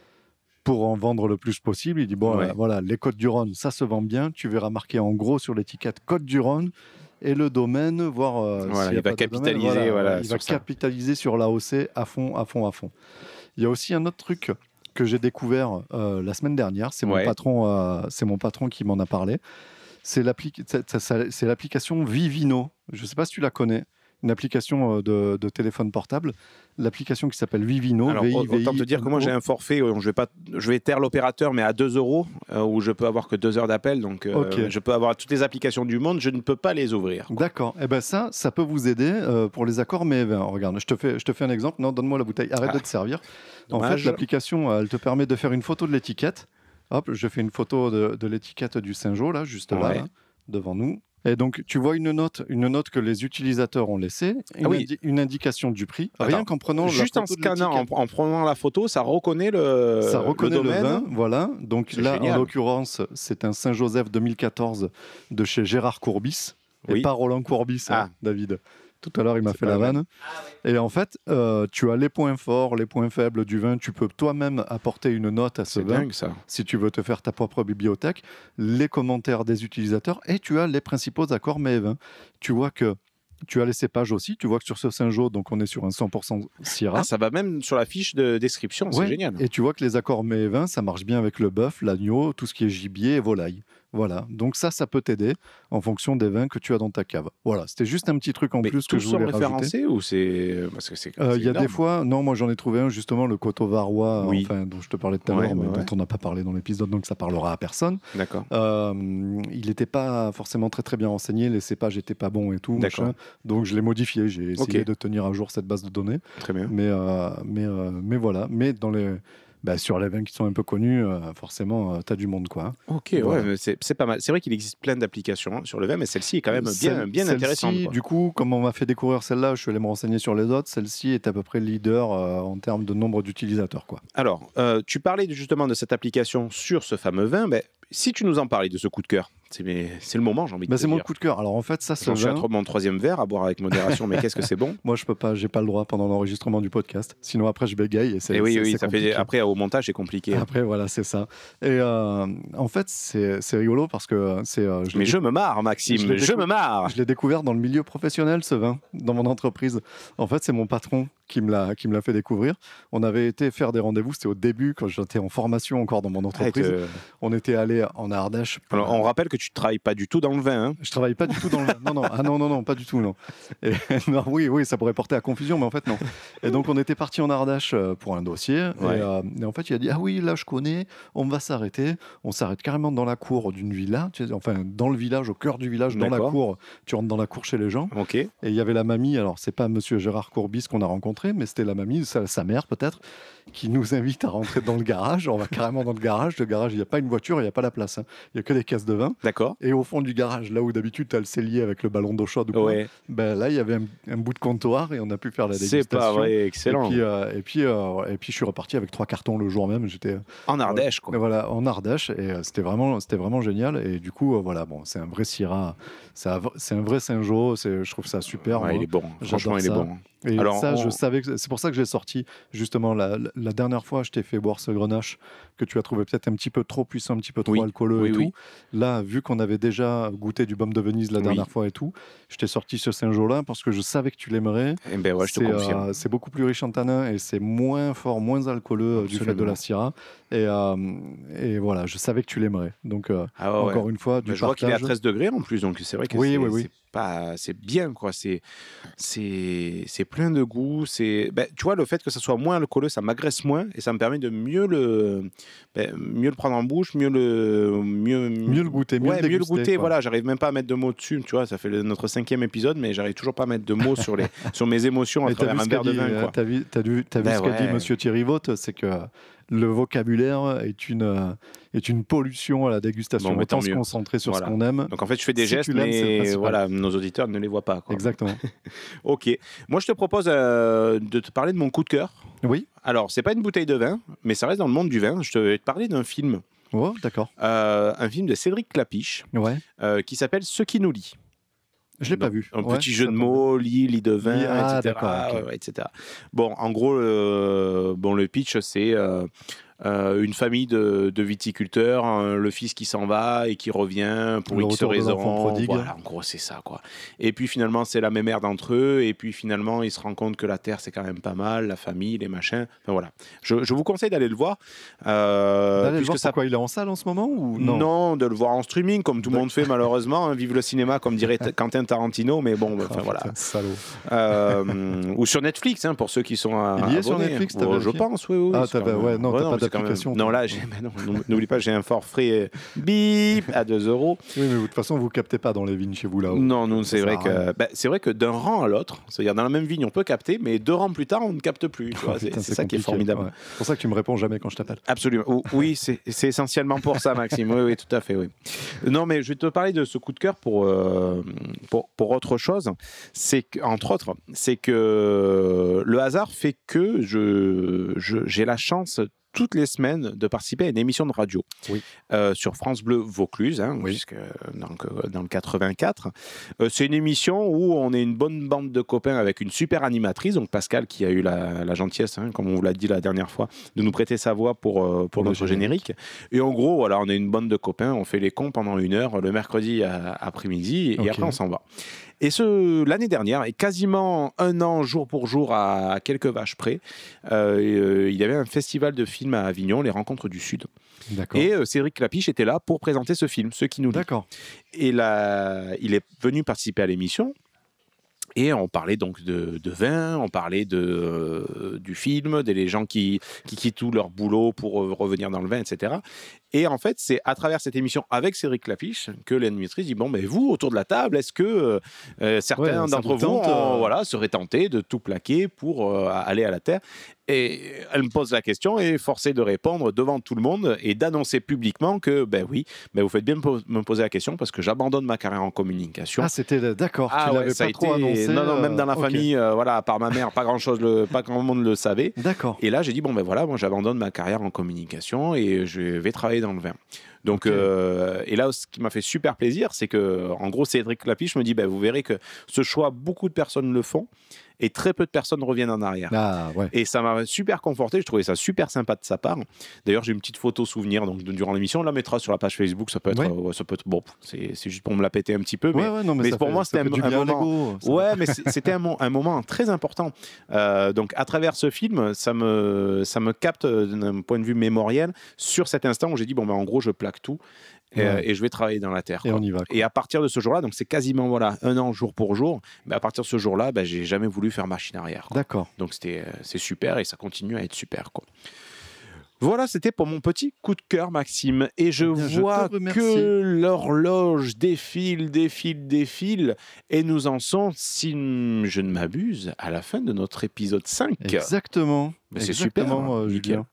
Speaker 2: pour en vendre le plus possible, il dit, bon, ouais. euh, voilà, les Côtes-du-Rhône, ça se vend bien. Tu verras marqué en gros sur l'étiquette Côtes-du-Rhône. Et le domaine, voir euh,
Speaker 1: voilà, il va capitaliser,
Speaker 2: domaine, voilà,
Speaker 1: voilà,
Speaker 2: il va capitaliser sur l'A O C à fond, à fond, à fond. Il y a aussi un autre truc que j'ai découvert euh, la semaine dernière. C'est mon
Speaker 1: ouais.
Speaker 2: patron, euh, c'est mon patron qui m'en a parlé. C'est, l'appli- c'est, c'est, c'est l'application Vivino. Je ne sais pas si tu la connais. Une application de, de téléphone portable, l'application qui s'appelle Vivino.
Speaker 1: Alors, autant te dire que moi j'ai un forfait, je vais, pas, je vais taire l'opérateur, mais à deux euros, euh, où je peux avoir que deux heures d'appel, donc euh, okay. je peux avoir toutes les applications du monde, je ne peux pas les ouvrir. Quoi.
Speaker 2: D'accord, et eh ben ça, ça peut vous aider euh, pour les accords mais vingt. Regarde, je te, fais, je te fais un exemple, non, donne-moi la bouteille, arrête ah. de te servir. Dommage. En fait, l'application, elle te permet de faire une photo de l'étiquette. Hop, je fais une photo de, de l'étiquette du Saint-Jean, là, juste ouais. là, là, devant nous. Et donc, tu vois une note, une note que les utilisateurs ont laissée, une, ah oui. indi- une indication du prix. Attends, rien qu'en prenant
Speaker 1: juste
Speaker 2: la
Speaker 1: en scannant, en, en prenant la photo, ça reconnaît le
Speaker 2: ça reconnaît
Speaker 1: le, domaine.
Speaker 2: le vin, voilà. Donc c'est là, génial. En l'occurrence, c'est un Saint-Joseph deux mille quatorze de chez Gérard Courbis, oui. et pas Roland Courbis, ah. hein, David. Tout à l'heure, il m'a c'est fait la vanne. Ah, oui. Et en fait, euh, tu as les points forts, les points faibles du vin. Tu peux toi-même apporter une note à ce
Speaker 1: c'est
Speaker 2: vin.
Speaker 1: Dingue, ça.
Speaker 2: Si tu veux te faire ta propre bibliothèque, les commentaires des utilisateurs et tu as les principaux accords mets et vins. Tu vois que tu as les cépages aussi. Tu vois que sur ce Saint-Jean, donc on est sur un cent pour cent Syrah.
Speaker 1: Ah, ça va même sur la fiche de description. C'est
Speaker 2: ouais.
Speaker 1: génial.
Speaker 2: Et tu vois que les accords mets et vins, ça marche bien avec le bœuf, l'agneau, tout ce qui est gibier et volaille. Voilà, donc ça, ça peut t'aider en fonction des vins que tu as dans ta cave. Voilà, c'était juste un petit truc en
Speaker 1: mais
Speaker 2: plus que je voulais rajouter.
Speaker 1: Référencé ou c'est parce que c'est
Speaker 2: Il euh, y a des fois, non, moi j'en ai trouvé un justement, le Coteau Varois, oui. enfin dont je te parlais tout à
Speaker 1: ouais,
Speaker 2: l'heure, mais
Speaker 1: ouais.
Speaker 2: dont on n'a pas parlé dans l'épisode, donc ça parlera à personne.
Speaker 1: D'accord.
Speaker 2: Euh, il n'était pas forcément très très bien renseigné, les cépages n'étaient pas bons et tout, machin, donc je l'ai modifié. J'ai essayé okay. de tenir à jour cette base de données.
Speaker 1: Très bien.
Speaker 2: Mais euh, mais euh, mais voilà, mais dans les Bah, sur les vins qui sont un peu connus, euh, forcément, euh, tu as du monde, quoi.
Speaker 1: Ok, voilà. ouais, c'est, c'est pas mal. C'est vrai qu'il existe plein d'applications hein, sur le vin, mais celle-ci est quand même
Speaker 2: Celle,
Speaker 1: bien, bien intéressante. Quoi.
Speaker 2: Du coup, comme on m'a fait découvrir celle-là, je suis allé me renseigner sur les autres. Celle-ci est à peu près leader euh, en termes de nombre d'utilisateurs, quoi.
Speaker 1: Alors, euh, tu parlais justement de cette application sur ce fameux vin. Ben, si tu nous en parlais de ce coup de cœur, c'est, mais, c'est le moment, j'ai envie de
Speaker 2: bah,
Speaker 1: te
Speaker 2: c'est
Speaker 1: dire.
Speaker 2: C'est mon coup de cœur. Alors en fait, ça,
Speaker 1: J'en
Speaker 2: vin...
Speaker 1: suis à mon troisième verre à boire avec modération, mais qu'est-ce que c'est bon.
Speaker 2: Moi, je peux pas, j'ai pas le droit pendant l'enregistrement du podcast. Sinon, après, je bégaye et c'est.
Speaker 1: Et oui,
Speaker 2: c'est,
Speaker 1: oui,
Speaker 2: c'est
Speaker 1: ça fait. Après, au montage, c'est compliqué.
Speaker 2: Après, voilà, c'est ça. Et euh, en fait, c'est, c'est rigolo parce que c'est. Euh,
Speaker 1: je mais je me marre, Maxime. Je, je
Speaker 2: décou...
Speaker 1: me marre.
Speaker 2: Je l'ai découvert dans le milieu professionnel, ce vin, dans mon entreprise. En fait, c'est mon patron qui me l'a, qui me l'a fait découvrir. On avait été faire des rendez-vous. C'était au début, quand j'étais en formation encore dans mon entreprise. Ah, te... On était allé en Ardèche.
Speaker 1: Pour... Alors, on rappelle que tu travailles pas du tout dans le vin. Hein.
Speaker 2: Je travaille pas du tout dans le vin. Non, non, ah non, non, non, pas du tout, non. Et, non. Oui, oui, ça pourrait porter à confusion, mais en fait, non. Et donc, on était parti en Ardèche pour un dossier. Ouais. Et, euh, et en fait, il a dit, ah oui, là, je connais, on va s'arrêter. On s'arrête carrément dans la cour d'une villa, tu sais, enfin, dans le village, au cœur du village, dans D'accord. la cour. Tu rentres dans la cour chez les gens.
Speaker 1: Okay.
Speaker 2: Et il y avait la mamie, alors, c'est pas monsieur Gérard Courbis qu'on a rencontré, mais c'était la mamie, sa, sa mère peut-être, qui nous invite à rentrer dans le garage. On va carrément dans le garage. Le garage, il n'y a pas une voiture, il n'y a pas la place. Hein. Il n'y a que des caisses de vin.
Speaker 1: D'accord.
Speaker 2: Et au fond du garage, là où d'habitude tu as le cellier avec le ballon d'eau chaude,
Speaker 1: ouais.
Speaker 2: ben là il y avait un, un bout de comptoir et on a pu faire la dégustation.
Speaker 1: C'est pas vrai, excellent.
Speaker 2: Et puis, euh, et, puis, euh, et puis je suis reparti avec trois cartons le jour même. J'étais
Speaker 1: en Ardèche, quoi.
Speaker 2: Euh, voilà, en Ardèche et euh, c'était vraiment, c'était vraiment génial. Et du coup, euh, voilà, bon, c'est un vrai Syrah, c'est un, c'est un vrai Saint-Jean. C'est, je trouve ça super.
Speaker 1: Ouais,
Speaker 2: moi.
Speaker 1: il est bon. Franchement, il est bon.
Speaker 2: Et
Speaker 1: Alors,
Speaker 2: ça,
Speaker 1: on...
Speaker 2: je savais que c'est pour ça que j'ai sorti justement la, la dernière fois, je t'ai fait boire ce Grenache que tu as trouvé peut-être un petit peu trop puissant, un petit peu trop
Speaker 1: oui.
Speaker 2: alcooleux
Speaker 1: oui,
Speaker 2: et
Speaker 1: oui.
Speaker 2: tout. Là, vu qu'on avait déjà goûté du Baume de Venise la dernière oui. fois et tout, je t'ai sorti ce Saint-Jean-là parce que je savais que tu l'aimerais.
Speaker 1: Et ben ouais, je te
Speaker 2: c'est,
Speaker 1: confirme.
Speaker 2: Euh, c'est beaucoup plus riche en tanins et c'est moins fort, moins alcooleux Absolument. Du fait de la Syrah. Et, euh, et voilà, je savais que tu l'aimerais. Donc euh, ah ouais, encore ouais. une fois, du
Speaker 1: je
Speaker 2: partage.
Speaker 1: vois qu'il est à treize degrés en plus, donc c'est vrai que
Speaker 2: oui,
Speaker 1: c'est,
Speaker 2: oui, oui.
Speaker 1: c'est pas, c'est bien quoi. C'est, c'est, c'est plein de goût. C'est, ben, tu vois, le fait que ça soit moins alcooleux, ça m'agresse moins et ça me permet de mieux le, ben, mieux le prendre en bouche, mieux le, mieux,
Speaker 2: mieux le goûter, mieux,
Speaker 1: ouais,
Speaker 2: le,
Speaker 1: mieux le goûter. Voilà, j'arrive même pas à mettre de mots dessus. Tu vois, ça fait le, notre cinquième épisode, mais j'arrive toujours pas à mettre de mots sur les, sur mes émotions à travers un verre de vin. Quoi.
Speaker 2: T'as vu, t'as vu, t'as vu
Speaker 1: ben
Speaker 2: ce
Speaker 1: ouais.
Speaker 2: qu'a dit Monsieur Thierry Vaught, c'est que le vocabulaire est une, euh, est une pollution à la dégustation.
Speaker 1: Bon,
Speaker 2: Autant
Speaker 1: tant
Speaker 2: se
Speaker 1: mieux.
Speaker 2: concentrer sur
Speaker 1: Voilà.
Speaker 2: ce qu'on aime.
Speaker 1: Donc en fait, je fais des
Speaker 2: Si
Speaker 1: gestes,
Speaker 2: tu l'aimes, c'est le
Speaker 1: mais
Speaker 2: principal.
Speaker 1: voilà, nos auditeurs ne les voient pas. Quoi.
Speaker 2: Exactement.
Speaker 1: Ok. Moi, je te propose euh, de te parler de mon coup de cœur.
Speaker 2: Oui.
Speaker 1: Alors, c'est pas une bouteille de vin, mais ça reste dans le monde du vin. Je vais te parler d'un film.
Speaker 2: Oh, d'accord.
Speaker 1: Euh, un film de Cédric Clapiche
Speaker 2: Ouais.
Speaker 1: euh, qui s'appelle Ce qui nous lie.
Speaker 2: Je l'ai pas
Speaker 1: Donc,
Speaker 2: vu.
Speaker 1: Un
Speaker 2: Ouais,
Speaker 1: petit jeu
Speaker 2: ça
Speaker 1: de
Speaker 2: tombe
Speaker 1: mots, lit, lit de vin,
Speaker 2: Lit, ah,
Speaker 1: et cetera.
Speaker 2: d'accord, ok.
Speaker 1: Ouais, ouais, et cetera. Bon, en gros, euh, bon, le pitch, c'est euh, euh, une famille de, de viticulteurs, hein, le fils qui s'en va et qui revient pour
Speaker 2: Le
Speaker 1: X
Speaker 2: retour de l'enfant
Speaker 1: raisons.
Speaker 2: prodigue.
Speaker 1: Voilà, en gros, c'est ça, quoi. Et puis finalement, c'est la même ère d'entre eux. Et puis finalement, ils se rendent compte que la terre, c'est quand même pas mal, la famille, les machins. Enfin voilà. Je, je vous conseille d'aller le voir. Euh,
Speaker 2: D'aller le
Speaker 1: puisque
Speaker 2: voir,
Speaker 1: ça
Speaker 2: pourquoi il est en salle en ce moment ou
Speaker 1: non.
Speaker 2: non,
Speaker 1: de le voir en streaming, comme tout le monde fait malheureusement. Hein, vive le cinéma, comme dirait T- Quentin Tarantino, mais bon, enfin
Speaker 2: Ah,
Speaker 1: voilà.
Speaker 2: putain, salaud.
Speaker 1: Euh, ou sur Netflix, hein, pour ceux qui sont à,
Speaker 2: Il y est sur
Speaker 1: abonnés.
Speaker 2: Netflix, t'as
Speaker 1: Oh, je
Speaker 2: vérifié
Speaker 1: pense, oui, oui.
Speaker 2: Ah,
Speaker 1: c'est
Speaker 2: t'avais-
Speaker 1: quand
Speaker 2: ouais,
Speaker 1: même-
Speaker 2: non, t'as pas
Speaker 1: mais c'est quand
Speaker 2: d'application,
Speaker 1: même- Non,
Speaker 2: toi.
Speaker 1: là, j'ai- ben non, n'oublie pas, j'ai un forfait bip à deux euros.
Speaker 2: Oui, mais de toute façon, vous captez pas dans les vignes chez vous là.
Speaker 1: Non, nous, c'est
Speaker 2: Ça
Speaker 1: vrai
Speaker 2: sert à rien.
Speaker 1: que, ben, c'est vrai que d'un rang à l'autre, c'est-à-dire dans la même vigne, on peut capter, mais deux rangs plus tard, on ne capte plus. tu vois,
Speaker 2: Oh,
Speaker 1: c'est
Speaker 2: putain,
Speaker 1: c'est ça qui est
Speaker 2: compliqué,
Speaker 1: formidable.
Speaker 2: ouais. C'est pour ça que tu me réponds jamais quand je t'appelle.
Speaker 1: Absolument. O- Oui, c'est c'est essentiellement pour ça, Maxime. Oui, oui, tout à fait. Oui. Non, mais je vais te parler de ce coup de cœur pour, euh, pour, pour autre chose. C'est que, entre autres, c'est que le hasard fait que je, je- j'ai la chance toutes les semaines de participer à une émission de radio
Speaker 2: Oui.
Speaker 1: euh, sur France Bleu Vaucluse, hein,
Speaker 2: Oui.
Speaker 1: puisque donc, euh, dans le quatre-vingt-quatre. Euh, c'est une émission où on est une bonne bande de copains avec une super animatrice, donc Pascal, qui a eu la, la gentillesse, hein, comme on vous l'a dit la dernière fois, de nous prêter sa voix pour, euh, pour,
Speaker 2: Pour le
Speaker 1: notre générique. Et en gros, voilà, on est une bande de copains, on fait les cons pendant une heure le mercredi à- après-midi, et
Speaker 2: Ok.
Speaker 1: après on s'en va. Et ce, l'année dernière, et quasiment un an jour pour jour à quelques vaches près, euh, euh, il y avait un festival de films à Avignon, les Rencontres du Sud.
Speaker 2: D'accord.
Speaker 1: Et euh, Cédric Clapiche était là pour présenter ce film, Ce qui nous lie.
Speaker 2: D'accord.
Speaker 1: Et là, il est venu participer à l'émission. Et on parlait donc de, de vin, on parlait de, euh, du film, des gens qui, qui quittent tout leur boulot pour euh, revenir dans le vin, et cetera. Et en fait, c'est à travers cette émission avec Cédric Clapiche que l'animatrice dit, bon, mais vous, autour de la table, est-ce que euh, certains
Speaker 2: Ouais, ça
Speaker 1: d'entre
Speaker 2: vous
Speaker 1: vous,
Speaker 2: tente,
Speaker 1: ont-
Speaker 2: euh,
Speaker 1: voilà, seraient tentés de tout plaquer pour euh, aller à la terre? Et elle me pose la question et est forcée de répondre devant tout le monde et d'annoncer publiquement que, ben oui, ben vous faites bien de po- me poser la question parce que j'abandonne ma carrière en communication.
Speaker 2: Ah, c'était d'accord.
Speaker 1: Ah
Speaker 2: tu
Speaker 1: ouais,
Speaker 2: l'avais
Speaker 1: ça
Speaker 2: pas
Speaker 1: a
Speaker 2: trop
Speaker 1: été-
Speaker 2: annoncé.
Speaker 1: Non, non, même dans la
Speaker 2: euh, ok.
Speaker 1: famille, euh, voilà, à part ma mère, pas grand chose, le... pas grand monde le savait.
Speaker 2: D'accord.
Speaker 1: Et là, j'ai dit bon ben voilà, moi j'abandonne ma carrière en communication et je vais travailler dans le vin. Donc,
Speaker 2: Ok.
Speaker 1: euh, et là, ce qui m'a fait super plaisir, c'est que, en gros, Cédric Clapiche me dit, ben, vous verrez que ce choix, beaucoup de personnes le font et très peu de personnes reviennent en arrière.
Speaker 2: Ah ouais.
Speaker 1: Et ça m'a super conforté, je trouvais ça super sympa de sa part. D'ailleurs, j'ai une petite photo souvenir donc, de- durant l'émission, on la mettra sur la page Facebook, ça peut être,
Speaker 2: Ouais.
Speaker 1: euh, ouais, ça peut être bon, c'est c'est juste pour me la péter un petit peu. Mais,
Speaker 2: Ouais, ouais, non, mais,
Speaker 1: mais
Speaker 2: ça
Speaker 1: pour
Speaker 2: fait-
Speaker 1: moi,
Speaker 2: ça
Speaker 1: c'était
Speaker 2: fait
Speaker 1: un,
Speaker 2: du
Speaker 1: un
Speaker 2: bien à
Speaker 1: moment.
Speaker 2: l'ego, ça.
Speaker 1: Ouais, mais c'est- c'était un, mo- un moment très important. Euh, donc, à travers ce film, ça me, ça me capte euh, d'un point de vue mémoriel sur cet instant où j'ai dit, bon, ben, en gros, je plaque tout. Et,
Speaker 2: Ouais.
Speaker 1: euh, et je vais travailler dans la terre.
Speaker 2: Et
Speaker 1: quoi.
Speaker 2: on y va. quoi.
Speaker 1: Et à partir de ce jour-là, donc c'est quasiment voilà un an jour pour jour. Mais à partir de ce jour-là, ben, j'ai jamais voulu faire machine arrière. quoi.
Speaker 2: D'accord.
Speaker 1: Donc c'était euh, c'est super et ça continue à être super quoi. Voilà, c'était pour mon petit coup de cœur, Maxime. Et je
Speaker 2: Eh bien, je
Speaker 1: vois
Speaker 2: te remercie.
Speaker 1: que l'horloge défile, défile, défile. Et nous en sommes, si je ne m'abuse, à la fin de notre épisode cinq.
Speaker 2: Exactement.
Speaker 1: Mais c'est super,
Speaker 2: Exactement,
Speaker 1: hein,
Speaker 2: euh,
Speaker 1: nickel.
Speaker 2: Julien.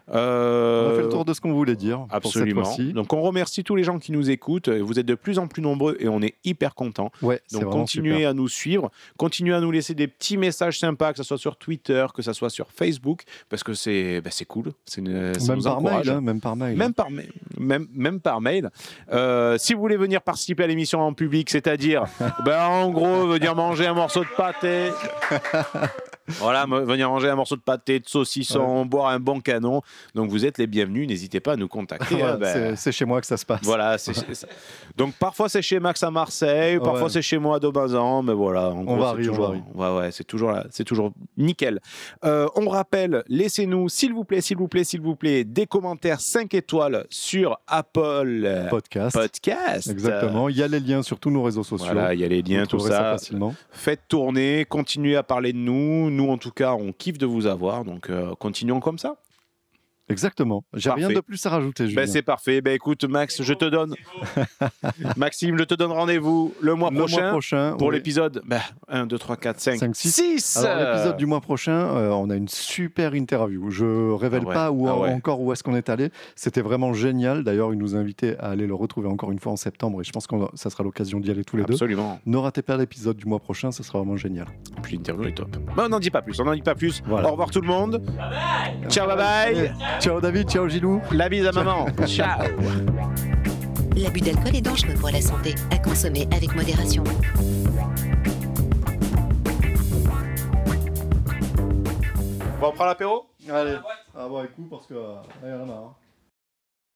Speaker 1: Euh,
Speaker 2: On a fait le tour de ce qu'on voulait dire.
Speaker 1: Absolument.
Speaker 2: Pour cette fois-ci.
Speaker 1: Donc on remercie tous les gens qui nous écoutent. Vous êtes de plus en plus nombreux et on est hyper contents.
Speaker 2: Ouais, c'est
Speaker 1: Donc
Speaker 2: vraiment
Speaker 1: continuez
Speaker 2: super.
Speaker 1: à nous suivre, continuez à nous laisser des petits messages sympas, que ce soit sur Twitter, que ce soit sur Facebook, parce que c'est bah, c'est cool. C'est une- ça
Speaker 2: Même
Speaker 1: nous
Speaker 2: par
Speaker 1: encourage.
Speaker 2: mail, hein, même par mail.
Speaker 1: Même par, ma- même, même par mail. Euh, si vous voulez venir participer à l'émission en public, c'est-à-dire, ben, en gros, venir manger un morceau de pâté. Voilà, me- venir manger un morceau de pâté, de saucisson, boire un bon canon. Donc vous êtes les bienvenus, n'hésitez pas à nous contacter.
Speaker 2: Voilà,
Speaker 1: hein, ben,
Speaker 2: c'est- c'est chez moi que ça se passe.
Speaker 1: voilà, c'est c'est ça. Donc parfois c'est chez Max à Marseille, parfois
Speaker 2: Ouais.
Speaker 1: c'est chez moi à Dobazan, mais voilà, en gros,
Speaker 2: varie,
Speaker 1: c'est
Speaker 2: on
Speaker 1: toujours,
Speaker 2: varie.
Speaker 1: ouais, ouais, c'est toujours, là- c'est toujours nickel. Euh, on rappelle, laissez-nous, s'il vous plaît, s'il vous plaît, s'il vous plaît, des commentaires cinq étoiles sur Apple euh,
Speaker 2: Podcast.
Speaker 1: Podcast.
Speaker 2: Exactement. Il y a les liens sur tous nos réseaux sociaux.
Speaker 1: Voilà, il y a les liens,
Speaker 2: Vous
Speaker 1: tout
Speaker 2: trouverez
Speaker 1: ça.
Speaker 2: facilement.
Speaker 1: Faites tourner, continuez à parler de nous. Nous, en tout cas, on kiffe de vous avoir, donc euh, continuons comme ça.
Speaker 2: Exactement. J'ai
Speaker 1: Parfait.
Speaker 2: rien de plus à rajouter, Julien.
Speaker 1: Ben, c'est parfait. Ben, écoute, Max, je te donne. Maxime, je te donne rendez-vous le mois
Speaker 2: Le
Speaker 1: prochain,
Speaker 2: mois prochain
Speaker 1: pour
Speaker 2: oui.
Speaker 1: l'épisode ben, un, deux, trois, quatre, cinq,
Speaker 2: cinq, six.
Speaker 1: six.
Speaker 2: Alors, l'épisode du mois prochain, euh, on a une super interview. Je révèle
Speaker 1: Ah ouais.
Speaker 2: pas où,
Speaker 1: Ah ouais.
Speaker 2: encore où est-ce qu'on est allé. C'était vraiment génial. D'ailleurs, il nous a invités à aller le retrouver encore une fois en septembre et je pense que ça sera l'occasion d'y aller tous les
Speaker 1: Absolument.
Speaker 2: deux. Ne ratez pas l'épisode du mois prochain, ça sera vraiment génial.
Speaker 1: Puis l'interview est top. Ben, on n'en dit pas plus. On n'en dit pas plus.
Speaker 2: Voilà.
Speaker 1: Au revoir tout le monde.
Speaker 4: Bye bye.
Speaker 1: Ciao, bye bye.
Speaker 2: Allez, ciao David, ciao Gilou.
Speaker 1: La bise à maman. Ciao.
Speaker 3: L'abus d'alcool est dangereux pour la santé, à consommer avec modération.
Speaker 1: Bon, on prend l'apéro.
Speaker 2: Allez, ah bon, écoute, parce que euh, là, il y en a marre.